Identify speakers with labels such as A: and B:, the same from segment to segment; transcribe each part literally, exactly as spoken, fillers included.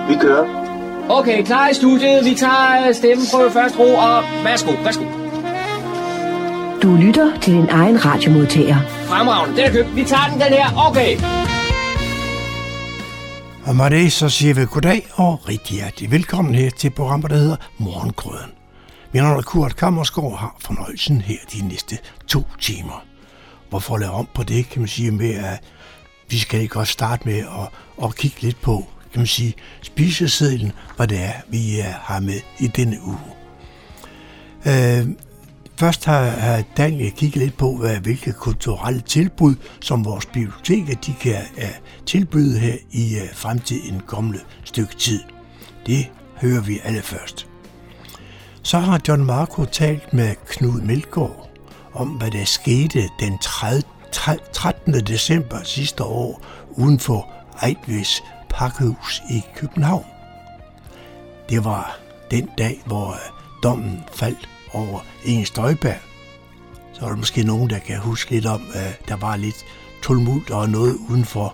A: Vi kører.
B: Okay, klar i studiet. Vi tager stemmeprøve først, ro, og værsgo, værsgo.
C: Du lytter til din egen radiomodtager.
B: Fremragende, den er købt. Vi tager den, den her. Okay.
D: Og med det, så siger vi goddag og rigtig hjertelig velkommen her til programmet, der hedder Morgengrøden. Min navn er Kurt Kammersgaard har fornøjelsen her de næste to timer. Hvorfor lave om på det, kan man sige, med at vi skal ikke også starte med at, at kigge lidt på, kan man sige, spisesedlen, hvad det er, vi har med i denne uge. Øh, først har, har Daniel kigget lidt på, hvad, hvilke kulturelle tilbud, som vores biblioteker de kan uh, tilbyde her i uh, fremtiden kommende stykke tid. Det hører vi alle først. Så har John Marco talt med Knud Melgaard om, hvad der skete den trettende december sidste år uden for Eigtveds Pakhus i København. Det var den dag, hvor dommen faldt over Inger Støjberg. Så er der måske nogen, der kan huske lidt om, at der var lidt tumult og noget udenfor.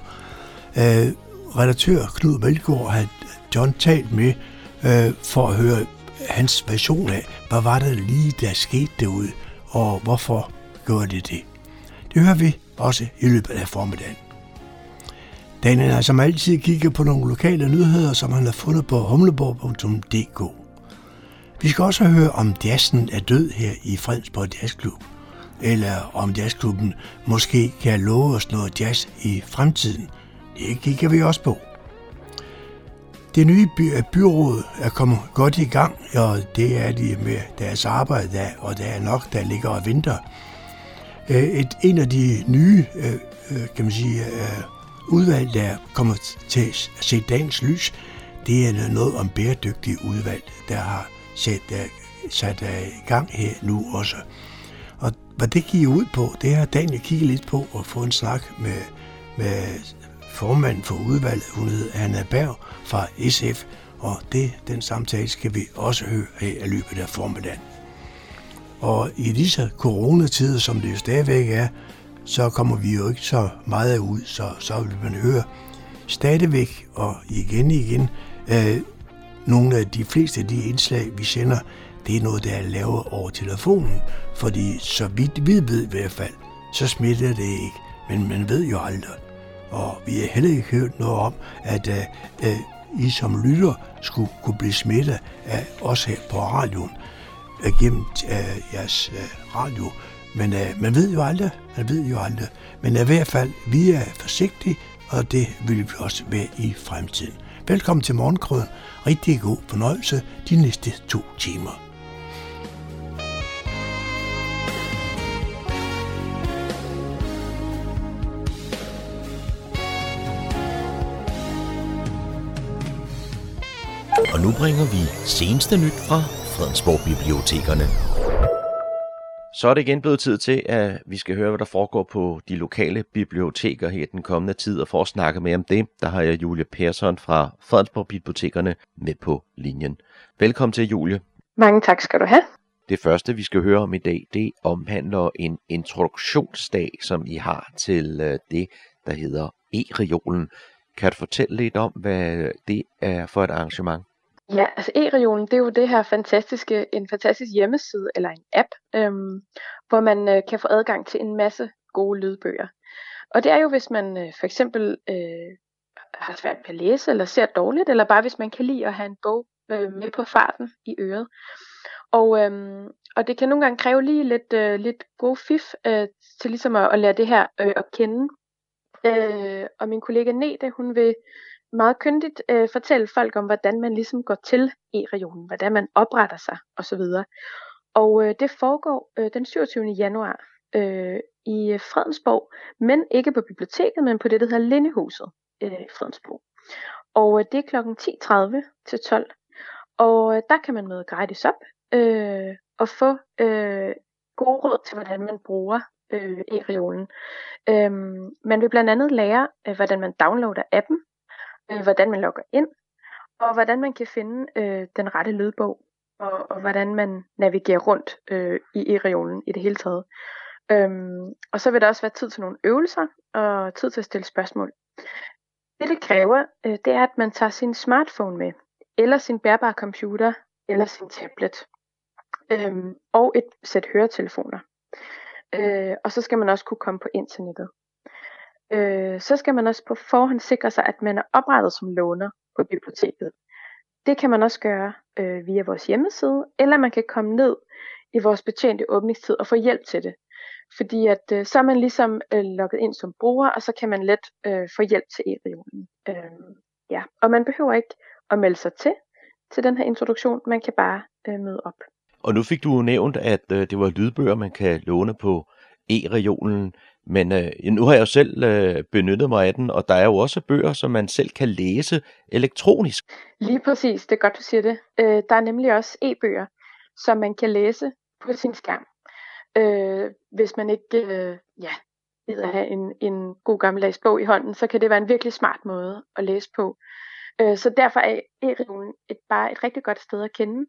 D: Redaktør Knud Melgaard havde John talt med for at høre hans version af, hvad var det lige, der skete derude, og hvorfor gjorde det det. Det hører vi også i løbet af formiddagen. Daniel har som altid kigget på nogle lokale nyheder, som han har fundet på humleborg punktum d k. Vi skal også høre, om jazzen er død her i Fredensborg Jazzklub, eller om jazzklubben måske kan love os noget jazz i fremtiden. Det kigger vi også på. Det nye by- byråd er kommet godt i gang, og det er de med deres arbejde, der, og der er nok, der ligger og venter. Et, en af de nye kan man sige, udvalg, der kommer til at se dagens lys, det er noget om bæredygtige udvalg, der har sat, sat i gang her nu også. Og hvad det giver ud på, det har Daniel kigget lidt på og få en snak med, med formanden for udvalget, hun hedder Anna Berg fra S F, og det, den samtale skal vi også høre her i løbet af formiddagen. Og i disse coronatider, som det jo stadigvæk er, så kommer vi jo ikke så meget ud, så, så vil man høre stadigvæk og igen igen, øh, nogle af de fleste af de indslag, vi sender, det er noget, der er lavet over telefonen, fordi så vidt vi ved i hvert fald, så smitter det ikke, men man ved jo aldrig. Og vi har heller ikke hørt noget om, at øh, øh, I som lytter skulle kunne blive smittet af os her på radioen, øh, gennem øh, jeres øh, radio. Men øh, man ved jo aldrig, man ved jo aldrig. Men i hvert fald, vi er forsigtige, og det vil vi også være i fremtiden. Velkommen til Morgengrøden. Rigtig god fornøjelse de næste to timer.
E: Og nu bringer vi seneste nyt fra Fredensborg Bibliotekerne. Så er det igen blevet tid til, at vi skal høre, hvad der foregår på de lokale biblioteker her den kommende tid. Og for at snakke mere om det, der har jeg Julie Persson fra Fredensborg Bibliotekerne med på linjen. Velkommen til, Julie.
F: Mange tak skal du have.
E: Det første, vi skal høre om i dag, det omhandler en introduktionsdag, som I har til det, der hedder E-reolen. Kan du fortælle lidt om, hvad det er for et arrangement?
F: Ja, altså E-reolen, det er jo det her fantastiske, en fantastisk hjemmeside eller en app, øhm, hvor man øh, kan få adgang til en masse gode lydbøger. Og det er jo, hvis man øh, for eksempel øh, har svært ved at læse eller ser dårligt, eller bare hvis man kan lide at have en bog øh, med på farten i øret. Og, øhm, og det kan nogle gange kræve lige lidt, øh, lidt god fif øh, til ligesom at, at lære det her øh, at kende. Øh, og min kollega Nete, hun vil meget kyndigt øh, fortælle folk om, hvordan man ligesom går til E-reolen, hvordan man opretter sig osv. Og øh, det foregår øh, den syvogtyvende januar øh, i Fredensborg, men ikke på biblioteket, men på det, der hedder Lindehuset øh, i Fredensborg. Og øh, det er klokken ti tredive til tolv. Og øh, der kan man møde gratis op øh, og få øh, gode råd til, hvordan man bruger øh, E-reolen. Øh, man vil blandt andet lære, øh, hvordan man downloader appen, øh, hvordan man logger ind, og hvordan man kan finde øh, den rette lydbog, og, og hvordan man navigerer rundt øh, i E-reolen i det hele taget. Øhm, og så vil der også være tid til nogle øvelser, og tid til at stille spørgsmål. Det, det kræver, øh, det er, at man tager sin smartphone med, eller sin bærbare computer, eller sin tablet, øhm, og et sæt høretelefoner. Øh, og så skal man også kunne komme på internettet. Øh, så skal man også på forhånd sikre sig, at man er oprettet som låner på biblioteket. Det kan man også gøre øh, via vores hjemmeside, eller man kan komme ned i vores betjente åbningstid og få hjælp til det. Fordi at øh, så er man ligesom øh, logget ind som bruger, og så kan man let øh, få hjælp til e-regionen. Øh, ja. Og man behøver ikke at melde sig til, til den her introduktion, man kan bare øh, møde op.
E: Og nu fik du nævnt, at øh, det var lydbøger, man kan låne på e-regionen, men øh, nu har jeg jo selv øh, benyttet mig af den, og der er jo også bøger, som man selv kan læse elektronisk.
F: Lige præcis, det er godt, du siger det. Øh, der er nemlig også e-bøger, som man kan læse på sin skærm. Øh, hvis man ikke øh, ja, gider have en, en god gammeldags bog i hånden, så kan det være en virkelig smart måde at læse på. Øh, så derfor er e-regionen et, bare et rigtig godt sted at kende.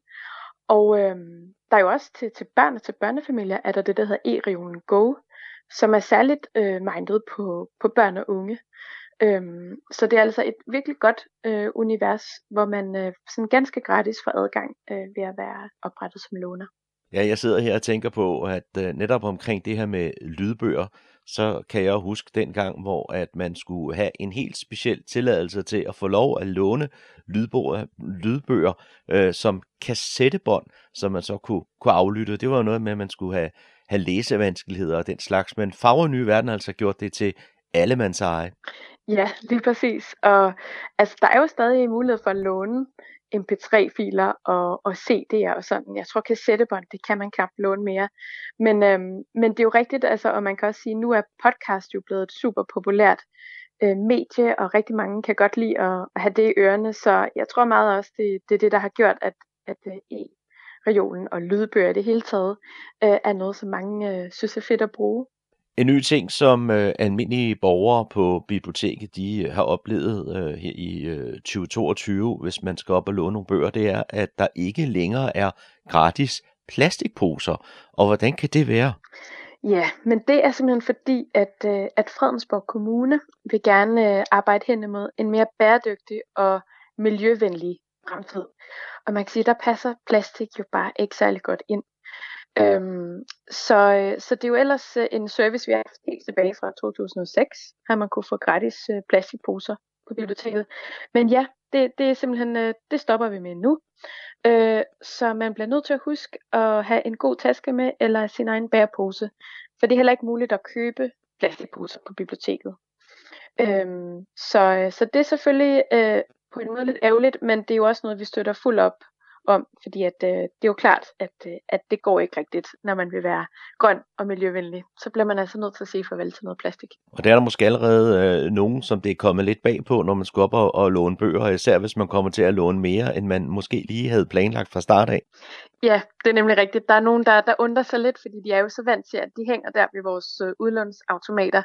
F: Og øh, der er jo også til, til børn og til børnefamilier, er der det, der hedder e-regionen Go, som er særligt øh, mindet på, på børn og unge. Øhm, så det er altså et virkelig godt øh, univers, hvor man øh, sådan ganske gratis får adgang øh, ved at være oprettet som låner.
E: Ja, jeg sidder her og tænker på, at øh, netop omkring det her med lydbøger, så kan jeg huske dengang, hvor at man skulle have en helt speciel tilladelse til at få lov at låne lydbøger, lydbøger øh, som kassettebånd, som man så kunne, kunne aflytte. Det var jo noget med, at man skulle have, have læsevanskeligheder og den slags, men Fagre Nye Verden har altså gjort det til allemands eje.
F: Ja, lige præcis. Og altså, der er jo stadig mulighed for at låne M P tre filer og, og C D'er og sådan. Jeg tror kassettebånd, det kan man knap låne mere. Men, øhm, men det er jo rigtigt, altså, og man kan også sige, nu er podcast jo blevet et super populært øh, medie, og rigtig mange kan godt lide at, at have det i ørerne. Så jeg tror meget også, det, det er det, der har gjort, at, at øh, e-regionen og lydbøger i det hele taget øh, er noget, som mange øh, synes er fedt at bruge.
E: En ny ting, som øh, almindelige borgere på biblioteket de har oplevet øh, her i øh, tyve toogtyve, hvis man skal op og låne nogle bøger, det er, at der ikke længere er gratis plastikposer. Og hvordan kan det være?
F: Ja, men det er simpelthen fordi, at, øh, at Fredensborg Kommune vil gerne øh, arbejde hen imod en mere bæredygtig og miljøvenlig fremtid. Og man kan sige, at der passer plastik jo bare ikke særlig godt ind. Øhm, så, så det er jo ellers en service, vi har haft helt tilbage fra to tusind og seks, har man kunne få gratis øh, plastikposer på biblioteket. Men ja, det, det er simpelthen, øh, det stopper vi med nu. Øh, så man bliver nødt til at huske at have en god taske med, eller sin egen bærepose. For det er heller ikke muligt at købe plastikposer på biblioteket. Øhm, så, så det er selvfølgelig øh, på en måde lidt ærgerligt, men det er jo også noget, vi støtter fuldt op om, fordi at, øh, det er jo klart, at, øh, at det går ikke rigtigt, når man vil være grøn og miljøvenlig. Så bliver man altså nødt til at sige farvel til noget plastik.
E: Og der er der måske allerede øh, nogen, som det er kommet lidt bag på, når man skal op og, og låne bøger, især hvis man kommer til at låne mere, end man måske lige havde planlagt fra start af.
F: Ja, det er nemlig rigtigt. Der er nogen, der, der undrer sig lidt, fordi de er jo så vant til, at de hænger der ved vores øh, udlånsautomater.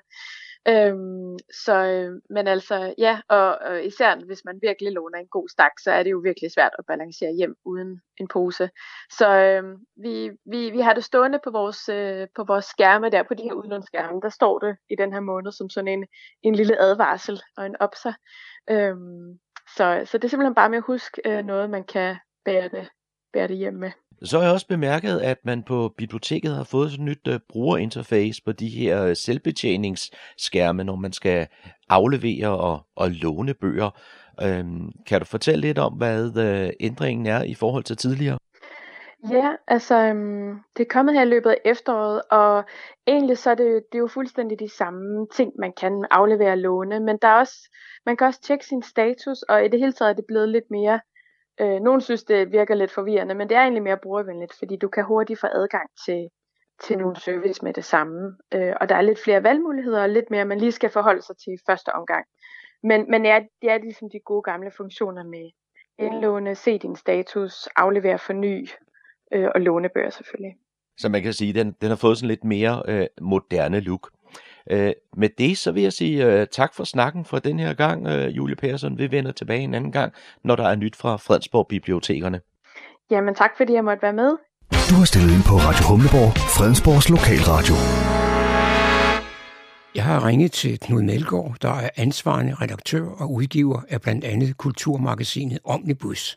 F: Øhm, så, øh, men altså, ja, og, og især hvis man virkelig låner en god stak, så er det jo virkelig svært at balancere hjem uden en pose. Så øh, vi, vi, vi har det stående på vores, øh, på vores skærme der, på de her udlånsskærme, der står det i den her måned som sådan en, en lille advarsel og en opser. Øhm, så, så det er simpelthen bare med at huske øh, noget, man kan bære det, bære det hjem med.
E: Så har jeg også bemærket, at man på biblioteket har fået sådan et nyt uh, brugerinterface på de her uh, selvbetjeningsskærme, når man skal aflevere og, og låne bøger. Øhm, kan du fortælle lidt om, hvad uh, ændringen er i forhold til tidligere?
F: Ja, altså øhm, det er kommet her i løbet af efteråret, og egentlig så er det, det er jo fuldstændig de samme ting, man kan aflevere og låne, men der er også, man kan også tjekke sin status, og i det hele taget er det blevet lidt mere. Øh, nogle synes, det virker lidt forvirrende, men det er egentlig mere brugervenligt, fordi du kan hurtigt få adgang til, til nogle service med det samme. Øh, og der er lidt flere valgmuligheder, og lidt mere, man lige skal forholde sig til i første omgang. Men, men ja, det er ligesom de gode gamle funktioner med indlåne, se din status, aflevere forny øh, og lånebøger selvfølgelig.
E: Så man kan sige, at den, den har fået sådan lidt mere øh, moderne look. Øh, med det så vil jeg sige øh, tak for snakken for den her gang, øh, Julie Persson. Vi vender tilbage en anden gang, når der er nyt fra Fredensborg Bibliotekerne.
F: Jamen tak fordi jeg måtte være med.
A: Du har stillet ind på Radio Humleborg, Fredensborgs lokalradio. Jeg har ringet til Knud Melgaard, der er ansvarende redaktør og udgiver af blandt andet kulturmagasinet Omnibus.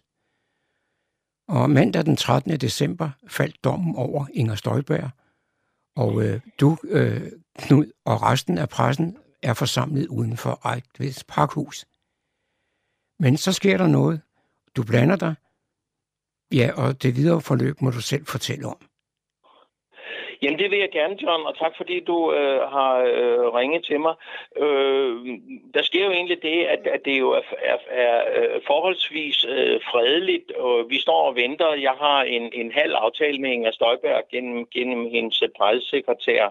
A: Og mandag den trettende december faldt dommen over Inger Støjberg, og øh, du, øh, Knud, og resten af pressen er forsamlet uden for Eigtveds Parkhus. Men så sker der noget. Du blander dig. Ja, og det videre forløb må du selv fortælle om.
G: Jamen det vil jeg gerne, John, og tak fordi du øh, har øh, ringet til mig. Øh, der sker jo egentlig det, at, at det jo er, er, er forholdsvis øh, fredeligt, og vi står og venter. Jeg har en, en halv aftale med Inger Støjberg gennem, gennem hendes pressesekretær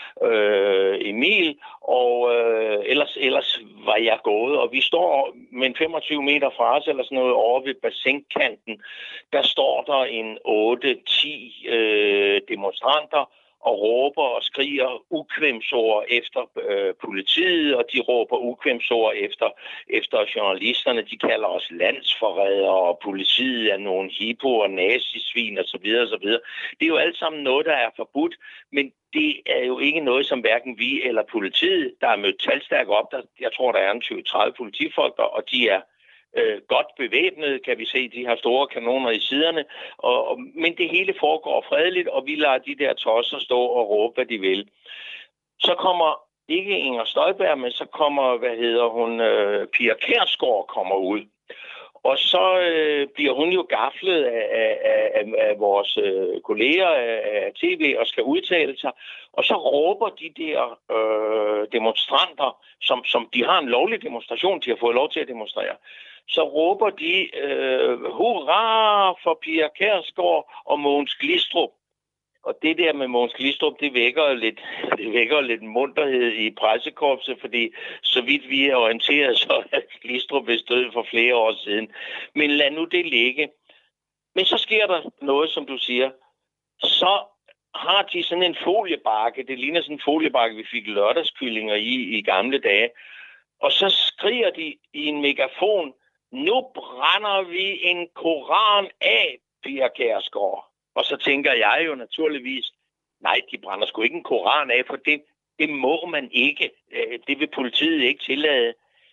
G: øh, Emil, og øh, ellers, ellers var jeg gået, og vi står med femogtyve meter fra os, eller sådan noget, over ved bassinkanten. Der står der en otte ti øh, demonstranter, og råber og skriger ukvemsord efter øh, politiet, og de råber ukvemsord efter, efter journalisterne. De kalder os landsforrædere, og politiet er nogle hippo- og nazisvin osv. osv. Det er jo alt sammen noget, der er forbudt, men det er jo ikke noget, som hverken vi eller politiet, der er mødt talstærkt op. Der, jeg tror, der er en tyve til tredive politifolk der, og de er Øh, godt bevæbnet, kan vi se, de har store kanoner i siderne, og, og, men det hele foregår fredeligt, og vi lader de der tosser stå og råbe, hvad de vil. Så kommer ikke Inger Støjberg, men så kommer, hvad hedder hun, øh, Pia Kjærsgaard kommer ud. Og så øh, bliver hun jo gaflet af, af, af, af vores øh, kolleger af, af tv og skal udtale sig. Og så råber de der øh, demonstranter, som, som de har en lovlig demonstration, de har fået lov til at demonstrere, så råber de øh, hurra for Pia Kjærsgaard og Mogens Glistrup. Og det der med Mogens Glistrup, det vækker lidt, det vækker lidt munterhed i pressekorpset, fordi så vidt vi er orienteret, så er Glistrup vist død for flere år siden. Men lad nu det ligge. Men så sker der noget, som du siger. Så har de sådan en foliebakke. Det ligner sådan en foliebakke, vi fik lørdagskyllinger i i gamle dage. Og så skriger de i en megafon, nu brænder vi en koran af, Pia Kjærsgaard. Og så tænker jeg jo naturligvis, nej, de brænder sgu ikke en koran af, for det, det må man ikke. Det vil politiet ikke tillade.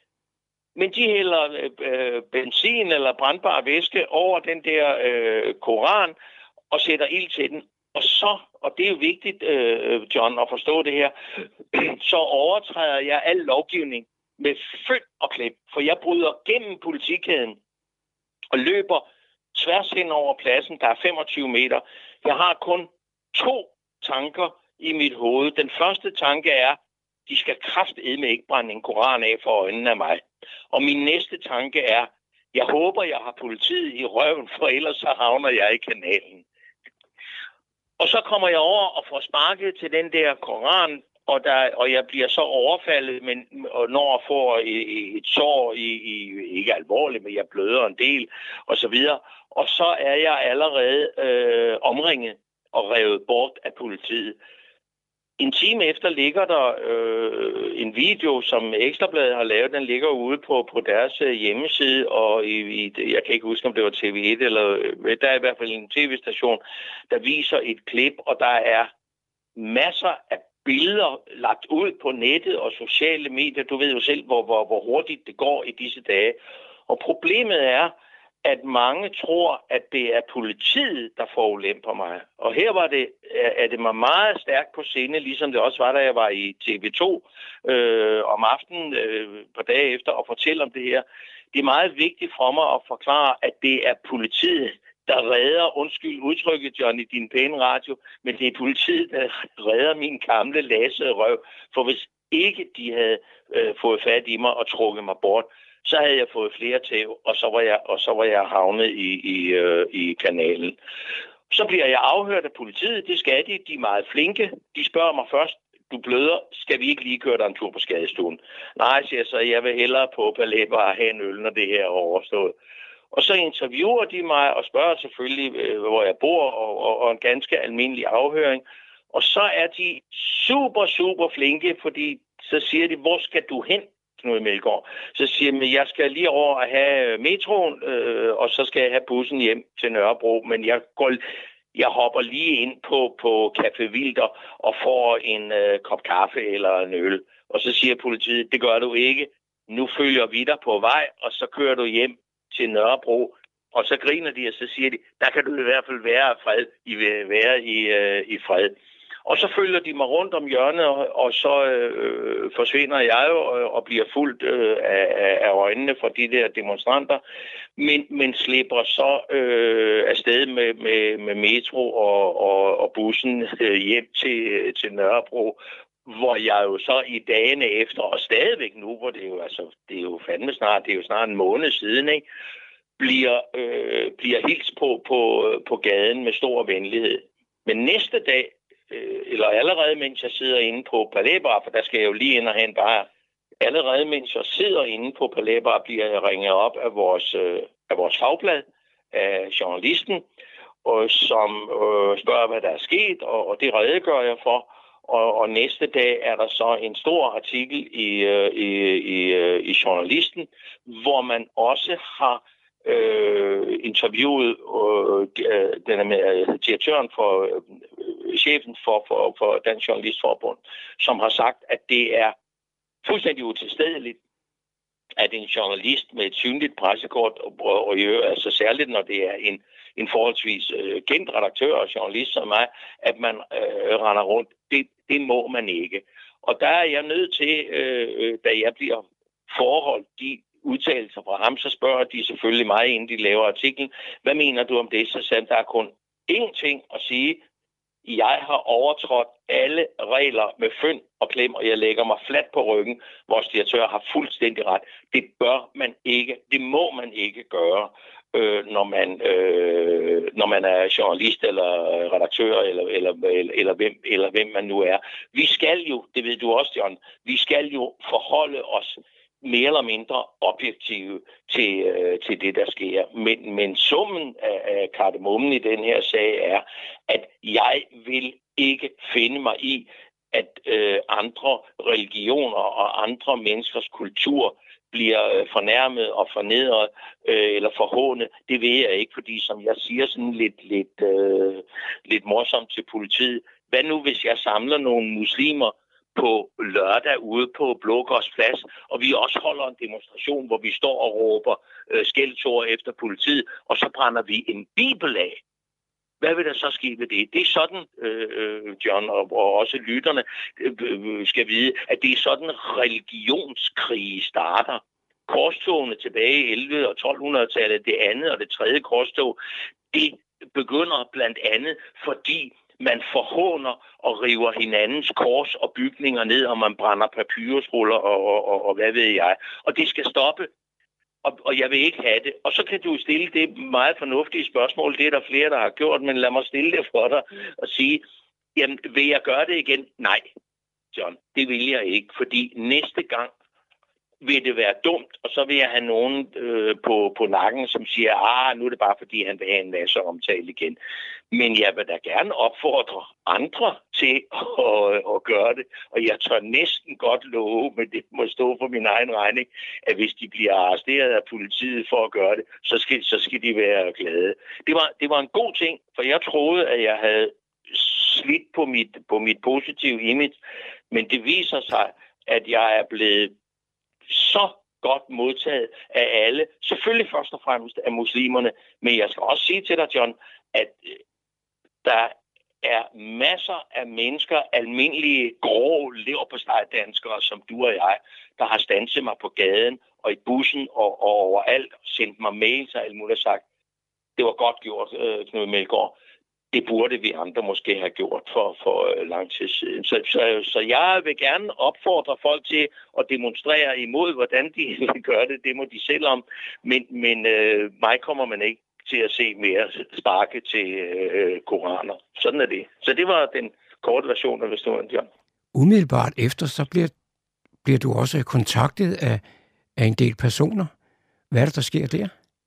G: Men de hælder øh, benzin eller brandbar væske over den der øh, koran og sætter ild til den. Og så, og det er jo vigtigt, øh, John, at forstå det her, så overtræder jeg al lovgivning med føl og klip, for jeg bryder gennem politikæden og løber tværs hen over pladsen, der er femogtyve meter. Jeg har kun to tanker i mit hoved. Den første tanke er, de skal kraftedme ikke brænde en koran af for øjnene af mig. Og min næste tanke er, jeg håber, jeg har politiet i røven, for ellers så havner jeg i kanalen. Og så kommer jeg over og får sparket til den der koran, og, der, og jeg bliver så overfaldet, men og når jeg får et, et sår, i, i, ikke alvorligt, men jeg bløder en del, og så videre. Og så er jeg allerede øh, omringet og revet bort af politiet. En time efter ligger der øh, en video, som Ekstrabladet har lavet. Den ligger ude på, på deres hjemmeside, og i, i, jeg kan ikke huske, om det var T V et, eller der er i hvert fald en tv-station, der viser et klip, og der er masser af billeder lagt ud på nettet og sociale medier. Du ved jo selv, hvor, hvor, hvor hurtigt det går i disse dage. Og problemet er, at mange tror, at det er politiet, der forulemper mig. Og her var det, er det mig meget stærkt på sinde, ligesom det også var, da jeg var i T V to øh, om aftenen øh, på dage efter og fortælle om det her. Det er meget vigtigt for mig at forklare, at det er politiet, der redder, undskyld udtrykket, John, i din pæne radio, men det er politiet, der redder min gamle lasede røv. For hvis ikke de havde øh, fået fat i mig og trukket mig bort, så havde jeg fået flere tæv, og så var jeg, og så var jeg havnet i, i, øh, i kanalen. Så bliver jeg afhørt af politiet. Det skal de. De er meget flinke. De spørger mig først, du bløder, skal vi ikke lige køre dig en tur på skadestuen? Nej, siger jeg så, jeg vil hellere på Palet og have en øl, når det her er overstået. Og så interviewer de mig og spørger selvfølgelig, øh, hvor jeg bor, og, og, og en ganske almindelig afhøring. Og så er de super, super flinke, fordi så siger de, hvor skal du hen, Knud Melgaard? Så siger jeg, jeg skal lige over at have metroen, øh, og så skal jeg have bussen hjem til Nørrebro. Men jeg, går, jeg hopper lige ind på, på Café Wilder og får en øh, kop kaffe eller en øl. Og så siger politiet, det gør du ikke. Nu følger vi dig på vej, og så kører du hjem til Nørrebro. Og så griner de, og så siger de, der kan du i hvert fald være i fred. I vil være i, øh, i fred. Og så følger de mig rundt om hjørnet, og, og så øh, forsvinder jeg jo og, og bliver fuldt øh, af, af øjnene fra de der demonstranter, men, men slipper så øh, afsted med, med, med metro og, og, og bussen øh, hjem til, til Nørrebro, hvor jeg jo så i dagene efter, og stadigvæk nu, hvor det jo, altså, det er jo fandme snart, det er jo snart en måned siden, ikke, bliver, øh, bliver hils på, på, på gaden med stor venlighed. Men næste dag, eller allerede mens jeg sidder inde på Palais Bar, for der skal jeg jo lige ind og have en bar. Allerede mens jeg sidder inde på Palais Bar, bliver jeg ringet op af vores, øh, af vores fagblad, af journalisten, og som øh, spørger, hvad der er sket, og, og det redegør jeg for. Og, og næste dag er der så en stor artikel i, øh, i, i, øh, i Journalisten, hvor man også har øh, interviewet øh, den er med, øh, direktøren for øh, chefen for, for, for Dansk Journalistforbund, som har sagt, at det er fuldstændig utilstedeligt, at en journalist med et synligt pressekort, og, og, og altså særligt når det er en, en forholdsvis øh, kendt redaktør og journalist som mig, at man øh, render rundt. Det, det må man ikke. Og der er jeg nødt til, øh, da jeg bliver forholdt de udtalelser fra ham, så spørger de selvfølgelig mig, inden de laver artiklen, hvad mener du om det? Så sagde der er kun én ting at sige. Jeg har overtrådt alle regler med fynd og klem, og jeg lægger mig fladt på ryggen. Vores direktør har fuldstændig ret. Det bør man ikke, det må man ikke gøre, øh, når, man, øh, når man er journalist eller redaktør, eller, eller, eller, eller, hvem, eller hvem man nu er. Vi skal jo, det ved du også, John, vi skal jo forholde os mere eller mindre objektive til, øh, til det, der sker. Men, men summen af, af kardemommen i den her sag er, at jeg vil ikke finde mig i, at øh, andre religioner og andre menneskers kultur bliver øh, fornærmet og fornedret øh, eller forhånet. Det ved jeg ikke, fordi som jeg siger sådan lidt, lidt, øh, lidt morsomt til politiet, hvad nu hvis jeg samler nogle muslimer på lørdag ude på Blågårds Plads, og vi også holder en demonstration, hvor vi står og råber øh, skældsord efter politiet, og så brænder vi en bibel af. Hvad vil der så ske ved det? Det er sådan, øh, John, og, og også lytterne øh, skal vide, at det er sådan, religionskrige starter. Korstogene tilbage i elleve- og tolv-hundrede-tallet, det andet og det tredje korstog, det begynder blandt andet, fordi man forhåner og river hinandens kors og bygninger ned, og man brænder papyrusruller og, og, og, og hvad ved jeg. Og det skal stoppe, og, og jeg vil ikke have det. Og så kan du stille det meget fornuftige spørgsmål, det er der flere, der har gjort, men lad mig stille det for dig og sige, jamen, vil jeg gøre det igen? Nej, John, det vil jeg ikke, fordi næste gang vil det være dumt, og så vil jeg have nogen øh, på, på nakken, som siger, ah, nu er det bare fordi, han vil have en masse omtale igen. Men jeg vil da gerne opfordre andre til at, at gøre det, og jeg tør næsten godt love, men det må stå for min egen regning, at hvis de bliver arresteret af politiet for at gøre det, så skal, så skal de være glade. Det var, det var en god ting, for jeg troede, at jeg havde slidt på mit, på mit positive image, men det viser sig, at jeg er blevet så godt modtaget af alle. Selvfølgelig først og fremmest af muslimerne, men jeg skal også sige til dig, John, at der er masser af mennesker, almindelige, grå, leverpostejdanskere, som du og jeg, der har standset mig på gaden og i bussen og, og overalt, og sendt mig mails og alt muligt sagt. Det var godt gjort, Knud Melgaard. Det burde vi andre måske have gjort for, for lang tid siden. Så, så, så jeg vil gerne opfordre folk til at demonstrere imod, hvordan de gør det. Det må de selv om. Men, men øh, mig kommer man ikke til at se mere sparke til øh, koraner. Sådan er det. Så det var den korte version af historien, John.
A: Umiddelbart efter, så bliver, bliver du også kontaktet af, af en del personer. Hvad er det, der sker der?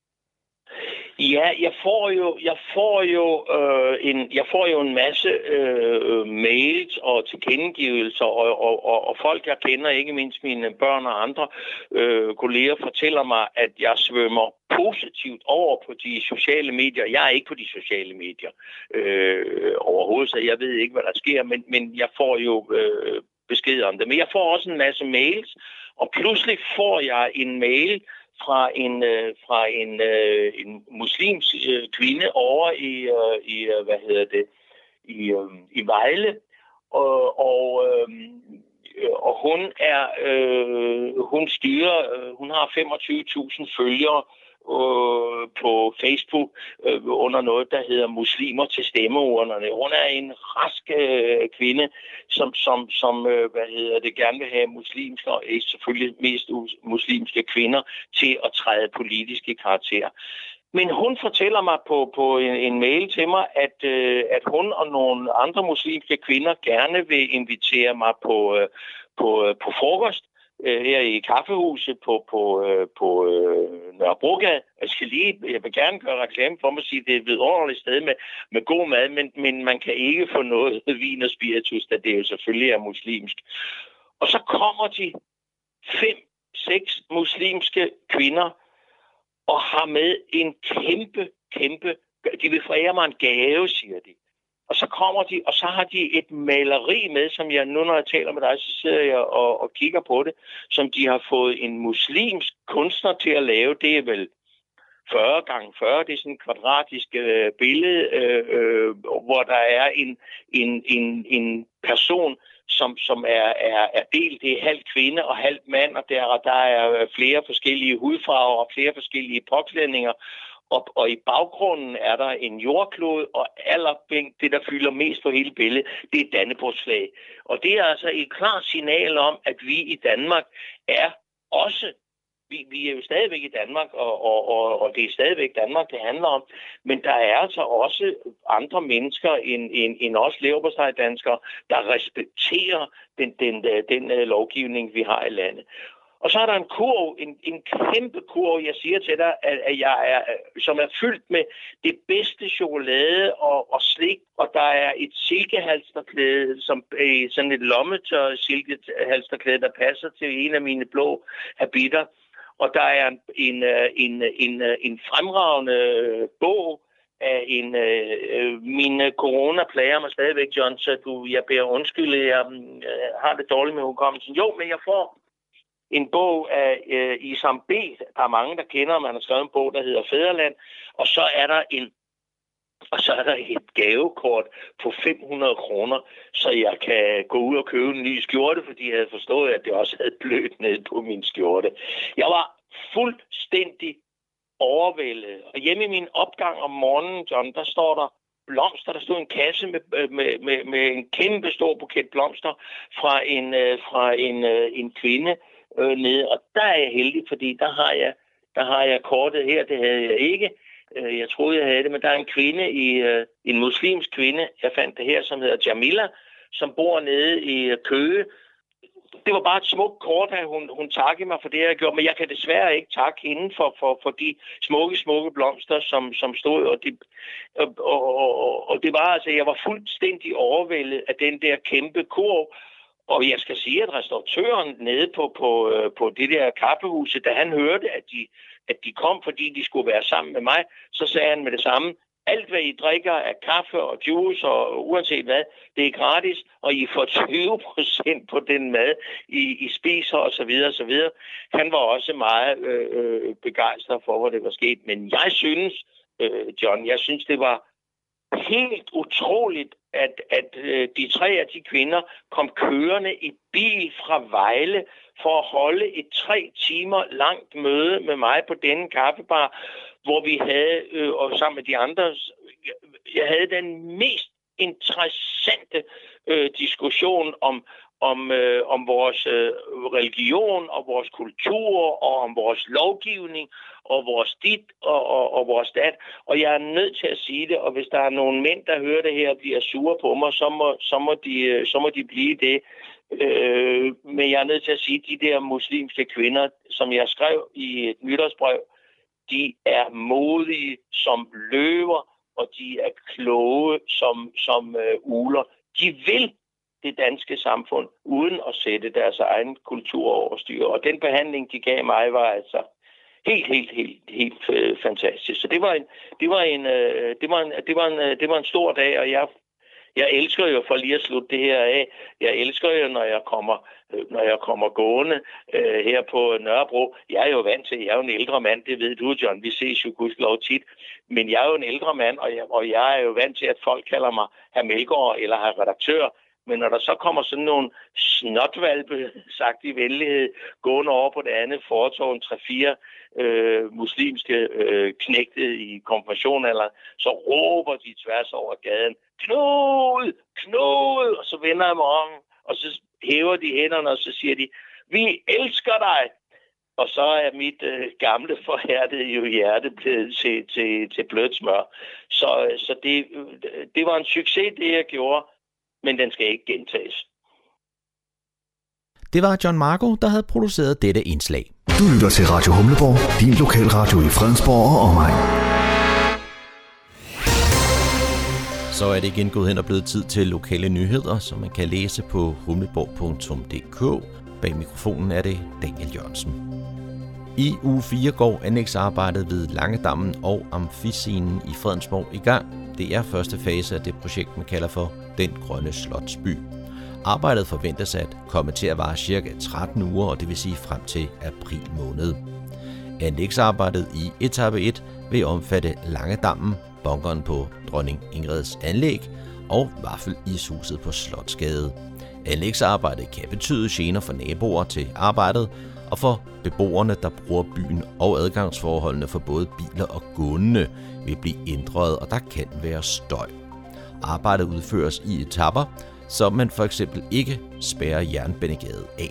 G: Ja, jeg får jo, jeg får jo, øh, en, jeg får jo en masse øh, mails og tilkendegivelser, og, og, og, og folk, jeg kender, ikke mindst mine børn og andre øh, kolleger, fortæller mig, at jeg svømmer positivt over på de sociale medier. Jeg er ikke på de sociale medier øh, overhovedet, så jeg ved ikke, hvad der sker, men, men jeg får jo øh, besked om det. Men jeg får også en masse mails, og pludselig får jeg en mail fra en øh, fra en, øh, en muslimsk øh, kvinde over i øh, i øh, hvad hedder det i øh, i Vejle, og og, øh, og hun er øh, hun styrer øh, hun har femogtyve tusind følgere øh, på Facebook øh, under noget der hedder Muslimer til stemmeurnerne. Hun er en rask øh, kvinde, som som som øh, hvad hedder det gerne vil have muslimske og selvfølgelig mest muslimske kvinder til at træde politiske karakter. Men hun fortæller mig på, på en, en mail til mig, at, øh, at hun og nogle andre muslimske kvinder gerne vil invitere mig på, øh, på, øh, på frokost øh, her i kaffehuset på, på, øh, på øh, Nørrebrogade. Jeg skal lige, jeg vil gerne gøre reklame for mig at sige, at det er et vidunderligt sted med, med god mad, men, men man kan ikke få noget vin og spiritus, da det jo selvfølgelig er muslimsk. Og så kommer de fem, seks muslimske kvinder og har med en kæmpe, kæmpe... De vil forære mig en gave, siger de. Og så kommer de, og så har de et maleri med, som jeg nu, når jeg taler med dig, så sidder jeg og, og kigger på det, som de har fået en muslimsk kunstner til at lave. Det er vel fyrre gange fyrre, det er sådan et kvadratisk øh, billede, øh, øh, hvor der er en, en, en, en person, som, som er, er, er delt. Det er halv kvinde og halv mand, og der, og der er flere forskellige hudfarver og flere forskellige påklædninger. Og, og i baggrunden er der en jordklode, og allerbænk, det der fylder mest på hele billedet, det er Dannebrogsflag. Og det er altså et klart signal om, at vi i Danmark er også, vi, vi er jo stadigvæk i Danmark, og, og, og, og det er stadigvæk Danmark, det handler om, men der er altså også andre mennesker end, end, end os leverpostejdanskere, der respekterer den, den, den, den lovgivning, vi har i landet. Og så er der en kurv, en, en kæmpe kurv, jeg siger til dig, at, at jeg er, som er fyldt med det bedste chokolade og, og slik, og der er et silkehalsterklæde, som er sådan et lommetør silkehalsterklæde, der passer til en af mine blå habitter. Og der er en, en, en, en, en fremragende bog af en... Øh, mine corona plager mig stadigvæk, John, så du, jeg beder undskylde, jeg øh, har det dårligt med hukommelsen. Jo, men jeg får en bog af øh, Isam B. Der er mange, der kender, man har skrevet en bog, der hedder Fædreland. Og så er der en og så er der et gavekort på fem hundrede kroner, så jeg kan gå ud og købe en ny skjorte, fordi jeg havde forstået, at det også havde blødt ned på min skjorte. Jeg var fuldstændig overvældet. Og hjemme i min opgang om morgenen, John, der står der blomster. Der stod en kasse med, med, med, med en kæmpe stor buket blomster fra en, fra en, en kvinde øh, nede. Og der er jeg heldig, fordi der har jeg, der har jeg kortet her. Det havde jeg ikke. Jeg troede, jeg havde det, men der er en kvinde, i en muslimsk kvinde, jeg fandt det her, som hedder Jamila, som bor nede i Køge. Det var bare et smukt kort, at hun, hun takkede mig for det, jeg gjorde, men jeg kan desværre ikke takke hende for, for, for de smukke, smukke blomster, som, som stod, og det, og, og, og det var altså, jeg var fuldstændig overvældet af den der kæmpe kurv, og jeg skal sige, at restauratøren nede på, på, på det der kaffehus, da han hørte, at de, at de kom, fordi de skulle være sammen med mig, så sagde han med det samme, alt hvad I drikker af kaffe og juice og uanset hvad, det er gratis, og I får tyve procent på den mad, I, I spiser og så videre og så videre. Han var også meget øh, begejstret for, hvad det var sket, men jeg synes, øh, John, jeg synes, det var helt utroligt, at, at øh, de tre af de kvinder kom kørende i bil fra Vejle for at holde et tre timer langt møde med mig på denne kaffebar, hvor vi havde, øh, og sammen med de andre, jeg havde den mest interessante øh, diskussion om, om, øh, om vores øh, religion og vores kultur og om vores lovgivning og vores dit og, og, og vores dat. Og jeg er nødt til at sige det, og hvis der er nogle mænd, der hører det her og bliver sure på mig, så må, så må, de, så må de blive det. Øh, men jeg er nødt til at sige, at de der muslimske kvinder, som jeg skrev i et nytårsbrev, de er modige som løver, og de er kloge som, som øh, ugler. De vil det danske samfund, uden at sætte deres egen kultur over styr. Og den behandling, de gav mig, var altså helt, helt, helt, helt øh, fantastisk. Så det var en, det var en, øh, det var en, det var en, det var en stor dag, og jeg, Jeg elsker jo, for lige at slutte det her af, jeg elsker jo, når jeg kommer, når jeg kommer gående øh, her på Nørrebro. Jeg er jo vant til, jeg er jo en ældre mand, det ved du, John, vi ses jo gudskelov tit. Men jeg er jo en ældre mand, og jeg, og jeg er jo vant til, at folk kalder mig herr Melgaard eller herr redaktør. Men når der så kommer sådan nogle snotvalpe, sagt i venlighed, gående over på det andet fortov, en tre-fire øh, muslimske øh, knægte i konfirmationsalderen, så råber de tværs over gaden, Knud! Knud! Og så vender jeg mig om, og så hæver de hænderne, og så siger de, vi elsker dig! Og så er mit øh, gamle forhærdede jo hjerte blevet til, til, til blødt smør. Så, så det, det var en succes, det jeg gjorde, men den skal ikke gentages.
E: Det var John Marco, der havde produceret dette indslag.
H: Du lytter til Radio Humleborg, din lokalradio i Fredensborg og omegn.
E: Så er det igen gået hen og blevet tid til lokale nyheder, som man kan læse på humleborg punktum d k. Bag mikrofonen er det Daniel Jørgensen. I uge fire går anlægsarbejdet ved Langedammen og Amfiscenen i Fredensborg i gang. Det er første fase af det projekt, man kalder for Den Grønne Slotsby. Arbejdet forventes at komme til at vare cirka tretten uger, og det vil sige frem til april måned. Anlægsarbejdet i etape et vil omfatte Langedammen, bunkeren på Dronning Ingrids anlæg og Vaffelishuset på Slotsgade. Anlægsarbejdet kan betyde gener for naboer til arbejdet og for beboerne, der bruger byen, og adgangsforholdene for både biler og gående vil blive ændret, og der kan være støj. Arbejdet udføres i etapper, så man for eksempel ikke spærrer Jernbanegade af.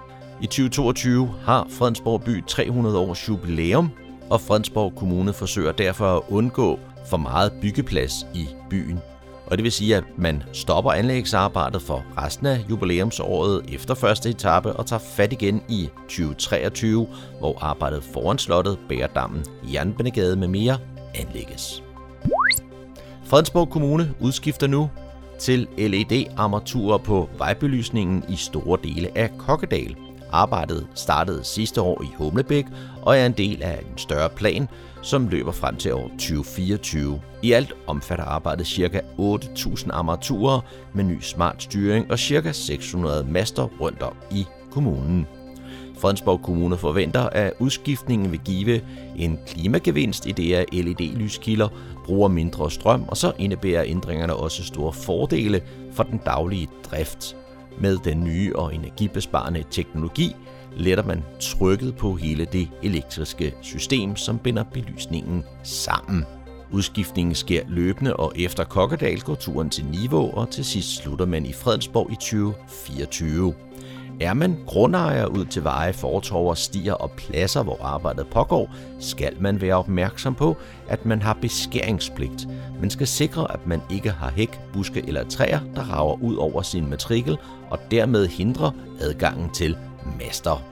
E: I tyve toogtyve har Fredensborg by tre hundrede års jubilæum, og Fredensborg Kommune forsøger derfor at undgå for meget byggeplads i byen. Og det vil sige, at man stopper anlægsarbejdet for resten af jubilæumsåret efter første etape og tager fat igen i tyve treogtyve, hvor arbejdet foran slottet, Bæredammen, Jernbanegade med mere anlægges. Fredensborg Kommune udskifter nu til L E D-armaturer på vejbelysningen i store dele af Kokkedal. Arbejdet startede sidste år i Humlebæk og er en del af en større plan, som løber frem til år tyve fireogtyve. I alt omfatter arbejdet ca. otte tusind armaturer med ny smart styring og ca. seks hundrede master rundt om i kommunen. Fredensborg Kommune forventer, at udskiftningen vil give en klimagevinst, i det at L E D-lyskilder bruger mindre strøm, og så indebærer ændringerne også store fordele for den daglige drift. Med den nye og energibesparende teknologi letter man trykket på hele det elektriske system, som binder belysningen sammen. Udskiftningen sker løbende, og efter Kokkedal går turen til Nivå, og til sidst slutter man i Fredensborg i tyve fireogtyve. Er man grundejer ud til veje, fortover, stier og pladser, hvor arbejdet pågår, skal man være opmærksom på, at man har beskæringspligt. Man skal sikre, at man ikke har hæk, buske eller træer, der rager ud over sin matrikel og dermed hindrer adgangen til master.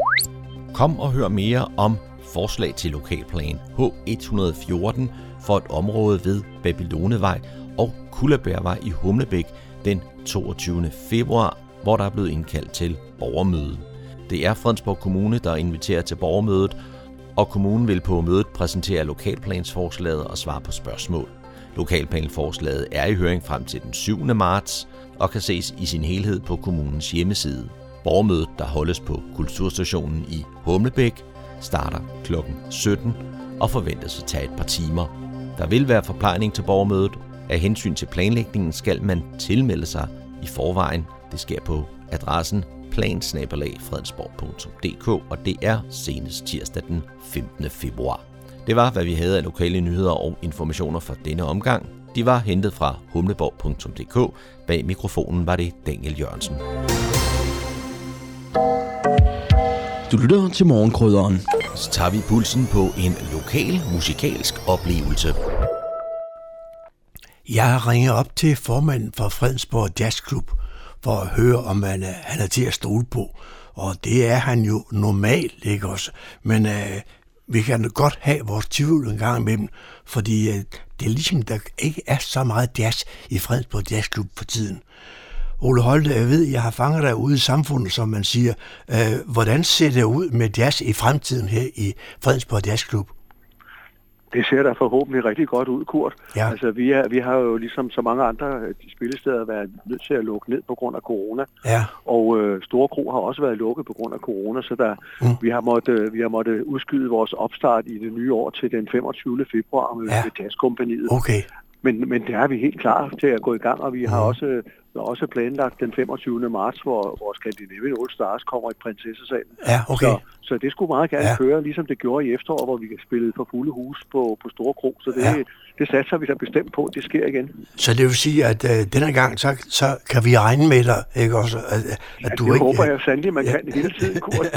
E: Kom og hør mere om forslag til lokalplan H et hundrede og fjorten for et område ved Babylonevej og Kullebærvej i Humlebæk den toogtyvende februar, hvor der er blevet indkaldt til borgermøde. Det er Fredensborg Kommune, der inviterer til borgermødet, og kommunen vil på mødet præsentere lokalplansforslaget og svare på spørgsmål. Lokalplanforslaget er i høring frem til den syvende marts og kan ses i sin helhed på kommunens hjemmeside. Borgermødet, der holdes på Kulturstationen i Humlebæk, starter klokken sytten og forventes at tage et par timer. Der vil være forplejning til borgermødet. Af hensyn til planlægningen skal man tilmelde sig i forvejen. Det sker på adressen plan snabel-a fredensborg punktum d k, og det er senest tirsdag den femtende februar. Det var, hvad vi havde af lokale nyheder og informationer for denne omgang. De var hentet fra humleborg punktum d k. Bag mikrofonen var det Daniel Jørgensen.
I: Du lytter til Morgenkrydderen.
E: Så tager vi pulsen på en lokal musikalsk oplevelse.
D: Jeg har ringet op til formanden for Fredensborg Jazzklub for at høre, om han, han er til at stole på. Og det er han jo normalt, ikke også? Men øh, vi kan godt have vores tvivl en gang imellem, fordi øh, det er ligesom, der ikke er så meget jazz i Fredensborg Jazzklub for tiden. Ole Holte, jeg ved, jeg har fanget dig ude i samfundet, som man siger. Øh, hvordan ser det ud med jazz i fremtiden her i Fredensborg Jazzklub?
J: Det ser da forhåbentlig rigtig godt ud, Kurt.
D: Ja.
J: Altså, vi, er, vi har jo ligesom så mange andre spillesteder været nødt til at lukke ned på grund af corona.
D: Ja.
J: Og øh, Store Kro har også været lukket på grund af corona, så der, mm. vi har måttet vi har måttet udskyde vores opstart i det nye år til den femogtyvende februar med,
D: ja.
J: med Jazzkompagniet.
D: Okay.
J: Men, men der er vi helt klar til at gå i gang, og vi har mm. også, også planlagt den femogtyvende marts, hvor, hvor Scandinavian All Stars kommer i Prinsessesalen.
D: Ja, okay.
J: Så, så det skulle meget gerne
D: ja.
J: køre, ligesom det gjorde i efteråret, hvor vi spillede for fulde hus på, på Store Kro. Så det, ja. det satser vi da bestemt på, det sker igen.
D: Så det vil sige, at øh, denne gang, så, så kan vi regne med dig, ikke også? At, at
J: ja,
D: du
J: det
D: ikke,
J: håber jeg sandelig, man ja. kan hele tiden, Kurt.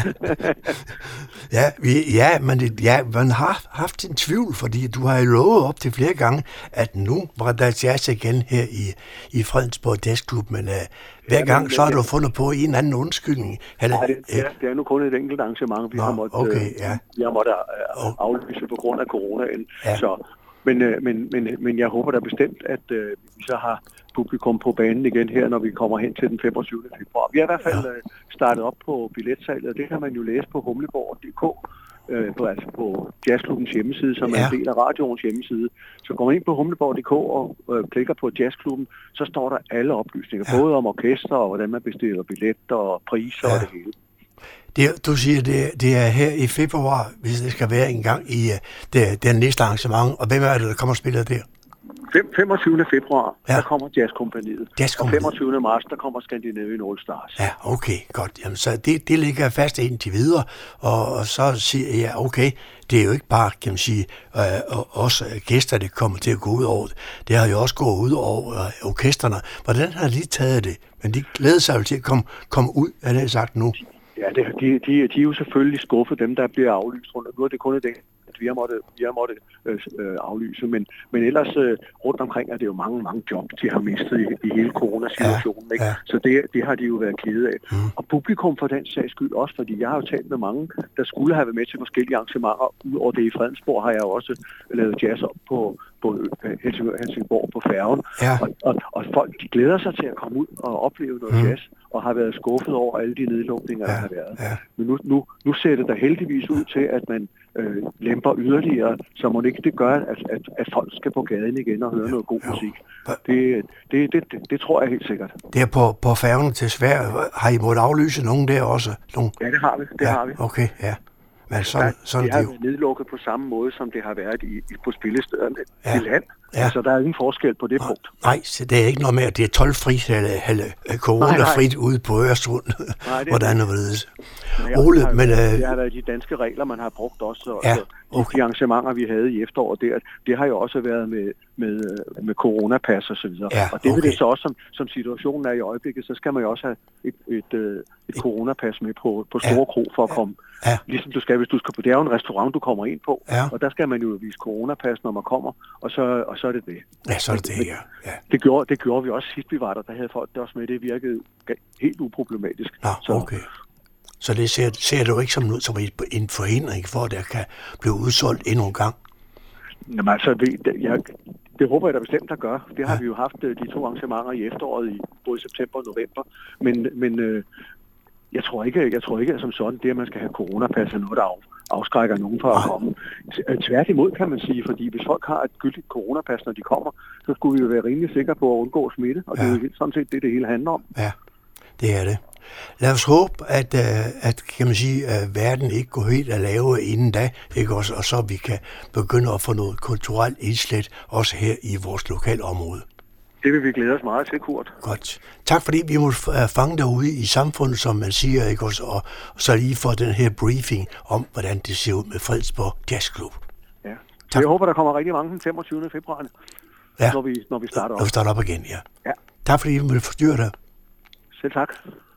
D: ja, vi, ja, men det, ja, man har haft en tvivl, fordi du har jo lovet op til flere gange, at nu var der jazz igen her i, i Fredensborg Jazzklub, men øh, hver ja, gang, men, så har du fundet på en anden undskyldning.
J: Eller, nej, det, det, er, det er nu kun et enkelt arrangement, vi Nå, har måttet,
D: okay, ja.
J: vi har måttet uh, aflyse på grund af coronaen.
D: Ja.
J: Så, men, uh, men, men, men jeg håber da bestemt, at uh, vi så har publikum på banen igen her, når vi kommer hen til den femogtyvende februar. Vi har i hvert fald ja. uh, startet op på billetsalget, og det kan man jo læse på humleborg punktum d k. På, altså på Jazzklubbens hjemmeside, som ja. er en del af radioens hjemmeside. Så går man ind på humleborg punktum d k og øh, klikker på Jazzklubben, så står der alle oplysninger, ja. både om orkester og hvordan man bestiller billetter og priser ja. og det hele.
D: Det, du siger, det, det er her i februar, hvis det skal være en gang i det, det næste arrangement, og hvem er det, der kommer og spiller der?
J: femogtyvende februar,
D: ja.
J: der kommer Jazzkompagniet, og femogtyvende marts, der kommer Scandinavian All Stars.
D: Ja, okay, godt. Jamen, så det, det ligger fast indtil videre, og, og så siger jeg, okay, det er jo ikke bare, kan man sige, øh, også gæster, det kommer til at gå ud over det. Det har jo også gået ud over øh, orkesterne. Hvordan har de taget det? Men de glæder sig jo til at komme, komme ud, er det sagt nu?
J: Ja, det, de, de, de er jo selvfølgelig skuffet, dem der bliver aflyst rundt. Nu er det kun det, at vi har måttet, vi har måttet øh, aflyse, men, men ellers øh, rundt omkring er det jo mange, mange jobs, de har mistet i, i hele coronasituationen. Ja, ikke? Ja. Så det, det har de jo været kede af. Mm. Og publikum for den sags skyld også, fordi jeg har jo talt med mange, der skulle have været med til forskellige arrangementer. Udover det i Fredensborg har jeg jo også lavet jazz op på, på Helsingborg på færgen. Ja. Og, og, og folk de glæder sig til at komme ud og opleve noget mm. jazz, og har været skuffet over alle de nedlukninger, ja, der har været. Ja. Men nu, nu, nu ser det der heldigvis ud til, at man øh, lemper yderligere, så må det ikke det gør, at, at, at folk skal på gaden igen og høre ja. noget god musik. Det, det, det, det, det tror jeg helt sikkert.
D: Det er på, på færgen til Sverige. Har I måttet aflyse nogen der også? Nogen?
J: Ja, det har vi. Det
D: ja,
J: har vi.
D: Okay, ja. Men sådan,
J: der,
D: sådan
J: det har
D: det jo.
J: været nedlukket på samme måde, som det har været i, i, på spillestederne
D: ja.
J: i land. Ja. Altså, der er ingen forskel på det
D: nej,
J: punkt.
D: Nej, så det er ikke noget med, at det er toldfrit eller, eller coronafrit ude på Øresund.
J: Nej, det
D: hvordan er det?
J: Ja, Ole, det, men, øh, det har været de danske regler, man har brugt også. Og,
D: ja,
J: okay. De arrangementer, vi havde i efteråret, der, det har jo også været med, med, med coronapas og så videre.
D: Ja,
J: og det
D: okay.
J: vil det så også, som, som situationen er i øjeblikket, så skal man jo også have et, et, et, et coronapas med på, på Store Kro for at komme.
D: Ja.
J: Ligesom du skal, hvis du skal på. Det er jo en restaurant, du kommer ind på,
D: ja.
J: og der skal man jo vise coronapas, når man kommer, og så, og så er det det.
D: Ja, så er det det, ja. ja.
J: Det gjorde, det gjorde vi også sidst, vi var der. Der havde folk det også med, det virkede helt uproblematisk.
D: Nå,
J: så,
D: okay. Så det ser, ser du ikke som, som en forhindring for, at der kan blive udsolgt endnu en gang?
J: Jamen altså, det, jeg, det håber jeg da bestemt, der gør. Det har ja. vi jo haft de to arrangementer i efteråret, i både september og november. Men, men øh, jeg tror ikke, jeg tror ikke at som sådan, det at man skal have coronapas er noget, der af, afskrækker nogen fra at komme. Tværtimod kan man sige, fordi hvis folk har et gyldigt coronapas, når de kommer, så skulle vi jo være rimelig sikre på at undgå smitte. Og ja. det er jo sådan set det, det hele handler om.
D: Ja, det er det. Lad os håbe, at, at, kan man sige, at verden ikke går helt at lave inden da, ikke også, og så vi kan begynde at få noget kulturelt indslæt også her i vores lokalområde.
J: Det vil vi glæde os meget til, Kurt.
D: Godt. Tak fordi vi må fange derude i samfundet, som man siger, ikke også, og så lige få den her briefing om, hvordan det ser ud med Fredensborg Jazzklub.
J: Ja. Tak. Jeg håber, der kommer rigtig mange den femogtyvende februar, ja. når, vi, når vi starter op.
D: Når vi starter op igen, ja.
J: ja.
D: Tak fordi vi måtte forstyrre dig.
J: Selv tak.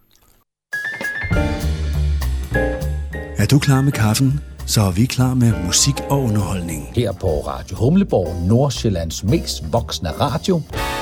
I: Er du klar med kaffen? Så er vi klar med musik og underholdning.
K: Her på Radio Humleborg, Nordsjællands mest voksne radio.